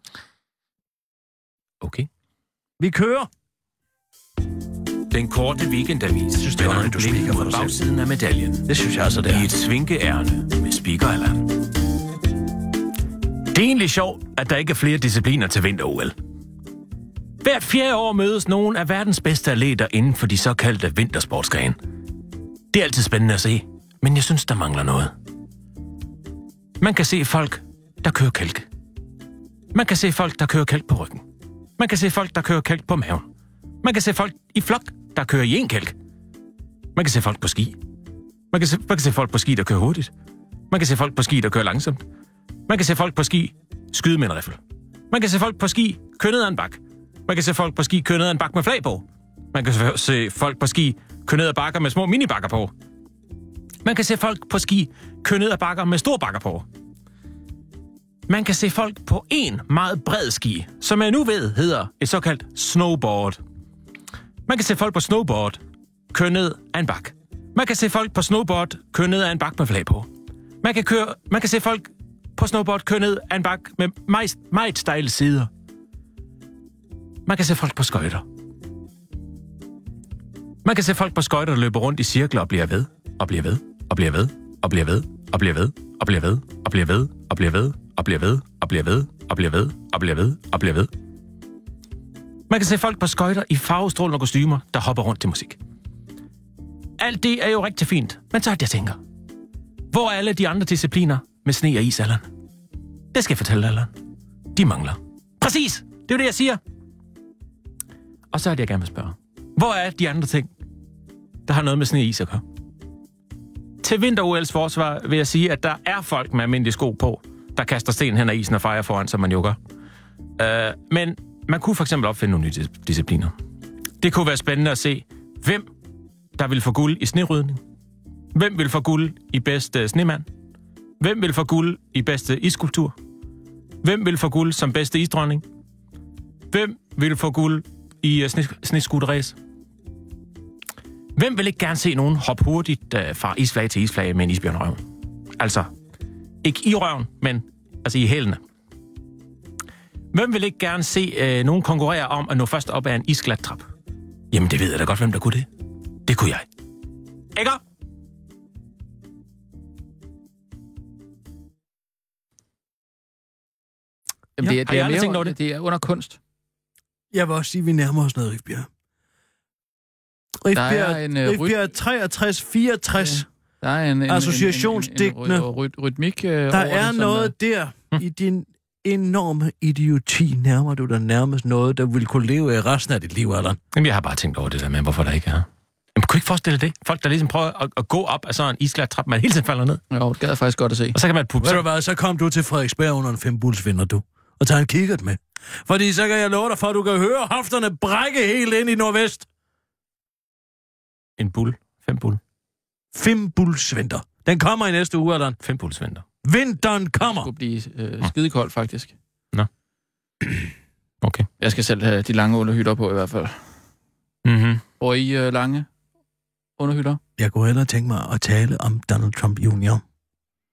Okay. Vi kører. Den korte weekendavis synes, det er vender underligt, du blikket speaker for mod dig selv. bagsiden af medaljen. Det synes jeg også, det er. I et svinkeærne med Speaker Allan. Det er egentlig sjovt, at der ikke er flere discipliner til vinter-O L. Hvert fjerde år mødes nogle af verdens bedste atleter inden for de såkaldte vintersportsgrene. Det er altid spændende at se, men jeg synes, der mangler noget. Man kan se folk, der kører kælk. Man kan se folk, der kører kælk på ryggen. Man kan se folk, der kører kælk på maven. Man kan se folk i flok, der kører i en kælk. Man kan se folk på ski. Man kan se, man kan se folk på ski, der kører hurtigt. Man kan se folk på ski, der kører langsomt. Man kan se folk på ski skyde med en riffel. Man kan se folk på ski køre ned ad en bak. Man kan se folk på ski køre ned ad en bak med flag på. Man kan se folk på ski køre ned ad bakker med små minibakker på. Man kan se folk på ski køre ned ad bakker med store bakker på. Man kan se folk på en meget bred ski, som jeg nu ved hedder et såkaldt snowboard. Man kan se folk på snowboard køre ned ad en bak. Man kan se folk på snowboard køre ned ad en bak med flag på. Man kan, køre, man kan se folk på snowboard køre ned ad en bak med meget, meget stejle sider. Man kan se folk på skøjter. Man kan se folk på skøjter, der løber rundt i cirkler og bliver ved, og bliver ved, og bliver ved, og bliver ved, og bliver ved, og bliver ved, og bliver ved, og bliver ved, og bliver ved, og bliver ved, og bliver ved, og bliver ved, og bliver ved. Man kan se folk på skøjter i farvestrålende kostymer, der hopper rundt til musik. Alt det er jo rigtig fint, men så er det, jeg tænker. Hvor er alle de andre discipliner med sne og is, Allan? Det skal jeg fortælle, Allan. De mangler. Præcis! Det er jo det, jeg siger. Og så er det, jeg gerne vil spørge. Hvor er de andre ting, der har noget med sne og is at gøre? Til vinter-O L's forsvar vil jeg sige, at der er folk med almindelige sko på, der kaster sten hen ad isen og fejrer foran, som man jo gør. Uh, men man kunne for eksempel opfinde nogle nye discipliner. Det kunne være spændende at se, hvem der vil få guld i snerydning. Hvem vil få guld i bedste snemand? Hvem vil få guld i bedste iskultur? Hvem vil få guld som bedste isdronning? Hvem vil få guld i uh, sneskuterræs? Hvem vil ikke gerne se nogen hoppe hurtigt uh, fra isflage til isflage med en isbjørnrøv? Altså, ikke i røven, men altså i hælene. Hvem vil ikke gerne se uh, nogen konkurrere om at nå først op ad en isglat trap? Jamen, det ved jeg da godt, hvem der kunne det. Det kunne jeg. Ikke? Jamen, det, er, Har det, I er aldrig tænkt over mere, det? det er under kunst. Jeg vil også sige, at vi nærmer os noget, Rifbjerg. Rifbjerg, en, uh, Rifbjerg treogtres fireogtres. Ja. Der er en, en, associationsdigtene. En, en, en, en rytmik uh, Der er det, noget der hmm. i din enorme idioti. Nærmer du dig nærmest noget, der vil kunne leve i resten af dit liv, Allan? Jamen, jeg har bare tænkt over det der med, hvorfor der ikke er. Jamen, kunne I ikke forestille det? Folk, der ligesom prøver at, at gå op af sådan en isglat trap, man hele tiden falder ned. Jo, det gad jeg faktisk godt at se. Og så kan man puppe. Ved du hvad, så kom du til Frederiksberg under en fembulsvinder, du. Og tager en kikkert med. Fordi så kan jeg love dig for, at du kan høre hofterne brække helt ind i nordvest. En bull. Fem bull. Fembulsvinter. Den kommer i næste uge, Allan. Fem bullsvinter. Vinteren kommer. Det skulle blive øh, skidekoldt, faktisk. Nå. Okay. Jeg skal selv have de lange underhytter på, i hvert fald. Mhm. Og I øh, lange underhytter? Jeg kunne hellere tænke mig at tale om Donald Trump junior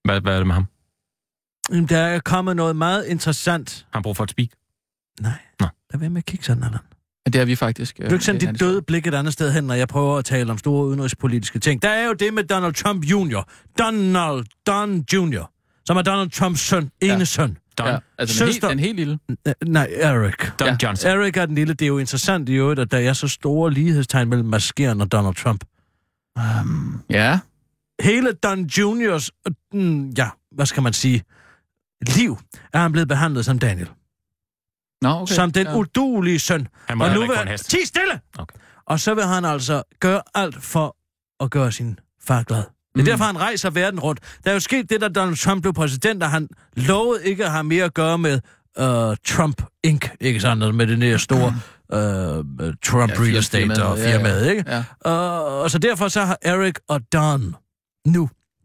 Hvad, hvad er det med ham? Jamen, der er kommet noget meget interessant. Har han brug for et speak? Nej, Nå. lad være med at kigge sådan, Allan. Ja, det er vi faktisk. Du kan ikke sende dit døde blik et andet sted hen, når jeg prøver at tale om store udenrigspolitiske ting. Der er jo det med Donald Trump junior Donald Don junior som er Donald Trumps søn, ene Ja. søn. Don. Ja, altså den, helt, den helt lille. N- nej, Eric. Don Ja. Johnson. Eric er den lille. Det er jo interessant i øvrigt, at der er så store lighedstegn mellem maskeren og Donald Trump. Um, ja. Hele Don juniors, mm, ja, hvad skal man sige, liv, er han blevet behandlet som Daniel. Nå, okay. Som den ja. uduelige søn. Han må Og heller nu ikke vil få en han... hest. Ti stille! Okay. Og så vil han altså gøre alt for at gøre sin far glad. Det er Mm. derfor, han rejser verden rundt. Der er jo sket det, da Donald Trump blev præsident, og han lovede ikke at have mere at gøre med uh, Trump Incorporated, ikke sådan, med den der store uh, Trump Ja, Real Estate firmaet, og ja, ja. firmaet, ikke? Ja. Uh, og så derfor så har Eric og Don nu,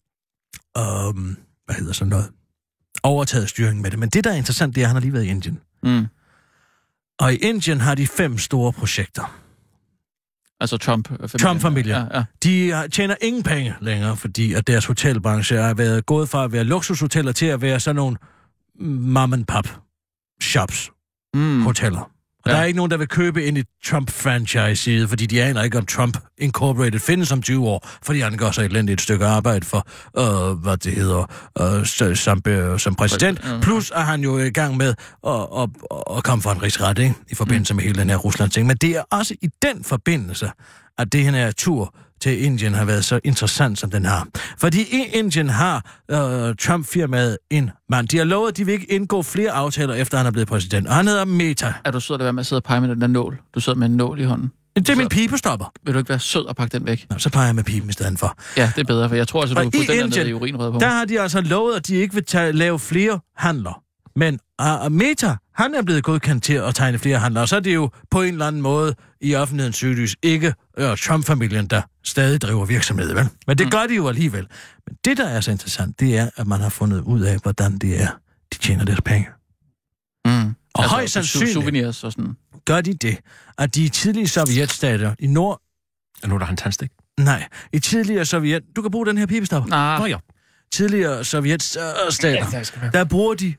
um, hvad hedder sådan noget, overtaget styringen med det. Men det, der er interessant, det er, at han har lige været i Indien. Mm. Og i Indien har de fem store projekter. Altså Trump-familien. Trump-familien. Ja, ja. De har- tjener ingen penge længere, fordi at deres hotelbranche er været gået fra at være luksushoteller til at være sådan nogle mom and pop shops, Mm. hoteller. Og Ja. der er ikke nogen, der vil købe ind i Trump-franchise, fordi de aner ikke, om Trump Incorporated findes om tyve år, fordi han gør så elendigt et stykke arbejde for, øh, hvad det hedder, øh, s- som, øh, som præsident. Ja. Plus er han jo i gang med at, at, at komme for en rigsret, ikke? I forbindelse med hele den her Rusland-ting. Men det er også i den forbindelse, at det her tur til Indien har været så interessant, som den har. Fordi i Indien har øh, Trump-firmaet en mand. De har lovet, at de vil ikke indgå flere aftaler, efter han er blevet præsident. Og han hedder Meta. Er du sød at være med at sidde og pege med den der nål? Du sidder med en nål i hånden. Det er min pibestopper. Vil du ikke være sød og pakke den væk? Nå, så peger jeg med piben i stedet for. Ja, det er bedre, for jeg tror altså, du Og kan putte i den der Indien, ned i urinrøret på Der mig. har de altså lovet, at de ikke vil tage, lave flere handler. Men uh, Meta, han er blevet godkendt til at tegne flere handler, og så er det jo på en eller anden måde i offentlighedens søgelys ikke uh, Trump-familien, der stadig driver virksomhed, vel? Men det mm. gør de jo alligevel. Men det, der er så interessant, det er, at man har fundet ud af, hvordan det er, de tjener deres penge. Mm. Og Altså, højst sandsynligt souvenirs og sådan. gør de det, at de tidlige sovjetstater i nord... Er nu der han tandstik? Nej, i tidligere sovjet... Du kan bruge den her pibestopper. Nej. Nå ja. Tidligere sovjetstater, der bruger de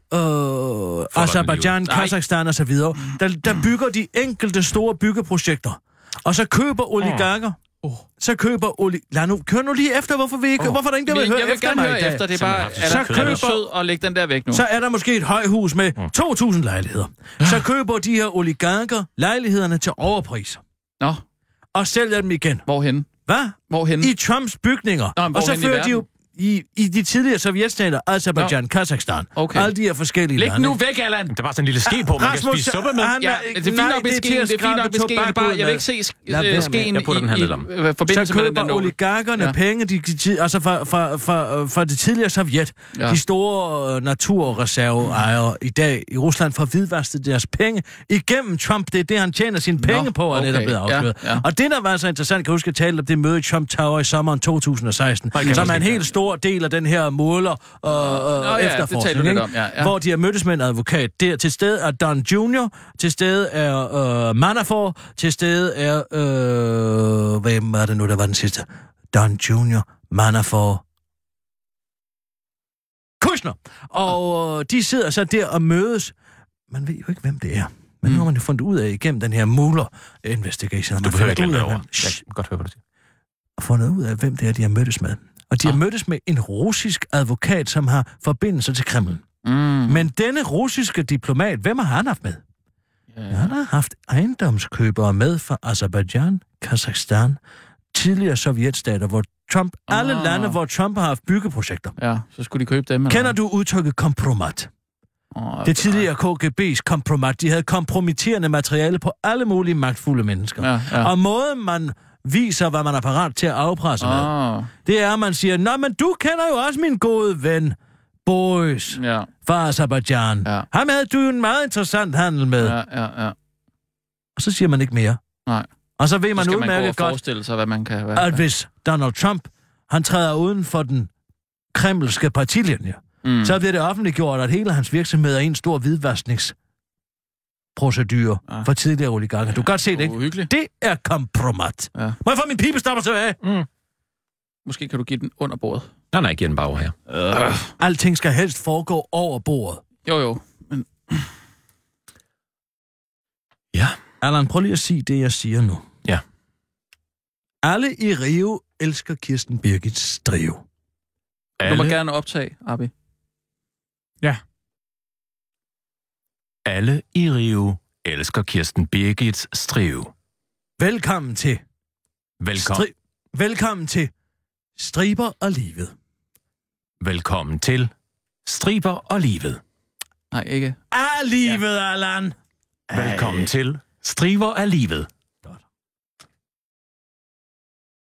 øh, Azerbaijan, Kazakhstan og så videre. Der, der bygger de enkelte store byggeprojekter. Og så køber oligarker. Oh. Så køber oli... Lad nu, kør nu lige efter, hvorfor vi ikke... Oh. Hvorfor er der ingen, der vil høre Jeg vil efter gerne mig høre i dag? efter, det er bare... Er Så der, er du køber- sød og læg den der væk nu? Så er der måske et højhus med to tusind lejligheder. Så køber de her oligarker lejlighederne til overpris. Nå, Og sælger dem igen. hvorhen? Hvad? Hvorhen? I Trumps bygninger. Nå, men og så hvorhen i fører de verden? jo i, i de tidligere sovjetstater, Azerbaijan, Kazakhstan, Okay. alle de her forskellige Læg lande. nu væk, Allan! Der er bare sådan en lille ske på, man kan spise suppe med. han Ja, er- det er fint nej, nok med det er til skeen, at det er fint nok med skrabe skeen, tobak bare, ud jeg vil med. ikke se sk- Lad være øh, med. skeen Jeg putter den her i, lidt om. i, i forbindelse Så med den der køber nål. oligarkerne Ja. ja. penge, de, de, altså fra, fra, fra, fra det tidligere Sovjet, Ja. ja. de store uh, naturreserveejere i dag i Rusland, får hvidvasket deres penge igennem Trump. Det er det, han tjener sine penge Nå, på, og det er der okay. blevet afsløret. Ja, ja. Og det, der var så interessant, kan jeg huske, at tale om det møde i Trump Tower i sommeren to tusind og seksten, kan som er jeg en huske, helt stor del af den her måler og uh, ja, uh, det talte efterforskning, du lidt ikke? om, ja, ja. Hvor de har mødtes med en advokat. Der til stede er Don junior, til stede er uh, Manafort, til stede er... Uh, hvem var det nu, der var den sidste? Don junior, Manafort, Kushner. Og uh, de sidder så der og mødes. Man ved jo ikke, hvem det er. Men mm. nu har man jo fundet ud af igennem den her Mueller-investigation. Du behøver ikke øh, lade af, over. hvem- Jeg kan godt høre, hvad du siger. og fundet ud af, hvem det er, de har mødtes med. Og de har Ah. mødtes med en russisk advokat, som har forbindelse til Kreml. Mm. Men denne russiske diplomat, hvem har han haft med? Ja. Han har haft ejendomskøbere med fra Azerbaijan, Kazakhstan, tidligere sovjetstater, hvor Trump, Ah. alle lande, hvor Trump har haft byggeprojekter. Ja, så skulle de købe dem. eller Kender hvad? du udtrykket kompromat? Åh, Det tidligere K G B's kompromat. De havde kompromitterende materiale på alle mulige magtfulde mennesker. Ja, ja. Og måden man viser, hvad man er parat til at afpresse med, Åh, det er, at man siger, nå, men du kender jo også min gode ven, Boris, ja, fra Azerbaijan. Ja. Ham havde du jo en meget interessant handel med. ja, ja, ja. Og så siger man ikke mere. Nej. Og så ved Så man skal man gå og udmærket godt, forestille sig, hvad man kan... Hvad, at hvis Donald Trump, han træder uden for den kremlske partilinje, mm. så bliver det offentliggjort, at hele hans virksomhed er en stor hvidvaskningsprocedure Ah. for tidligere oligarker. Du kan godt se det, ikke? Uhyggeligt. Det er kompromat. Ja. Må jeg få min pibestopper tilbage? Måske kan du give den under bordet. Nej, nej, giv den bare over her. Øh. Alting skal helst foregå over bordet. Jo, jo. Men... Ja. Allan, prøv lige at sige det, jeg siger nu. Ja. Alle i Rio elsker Kirsten Birgit Strive. Alle... Du må gerne optage, Abi. Ja. Alle i Rio elsker Kirsten Birgit Strive. Velkommen til... Velkommen. Stri... Velkommen til Striber og livet. Velkommen til Striber og livet. Nej, ikke. Af livet, ja. Allan. Velkommen Ej. til Striber af livet.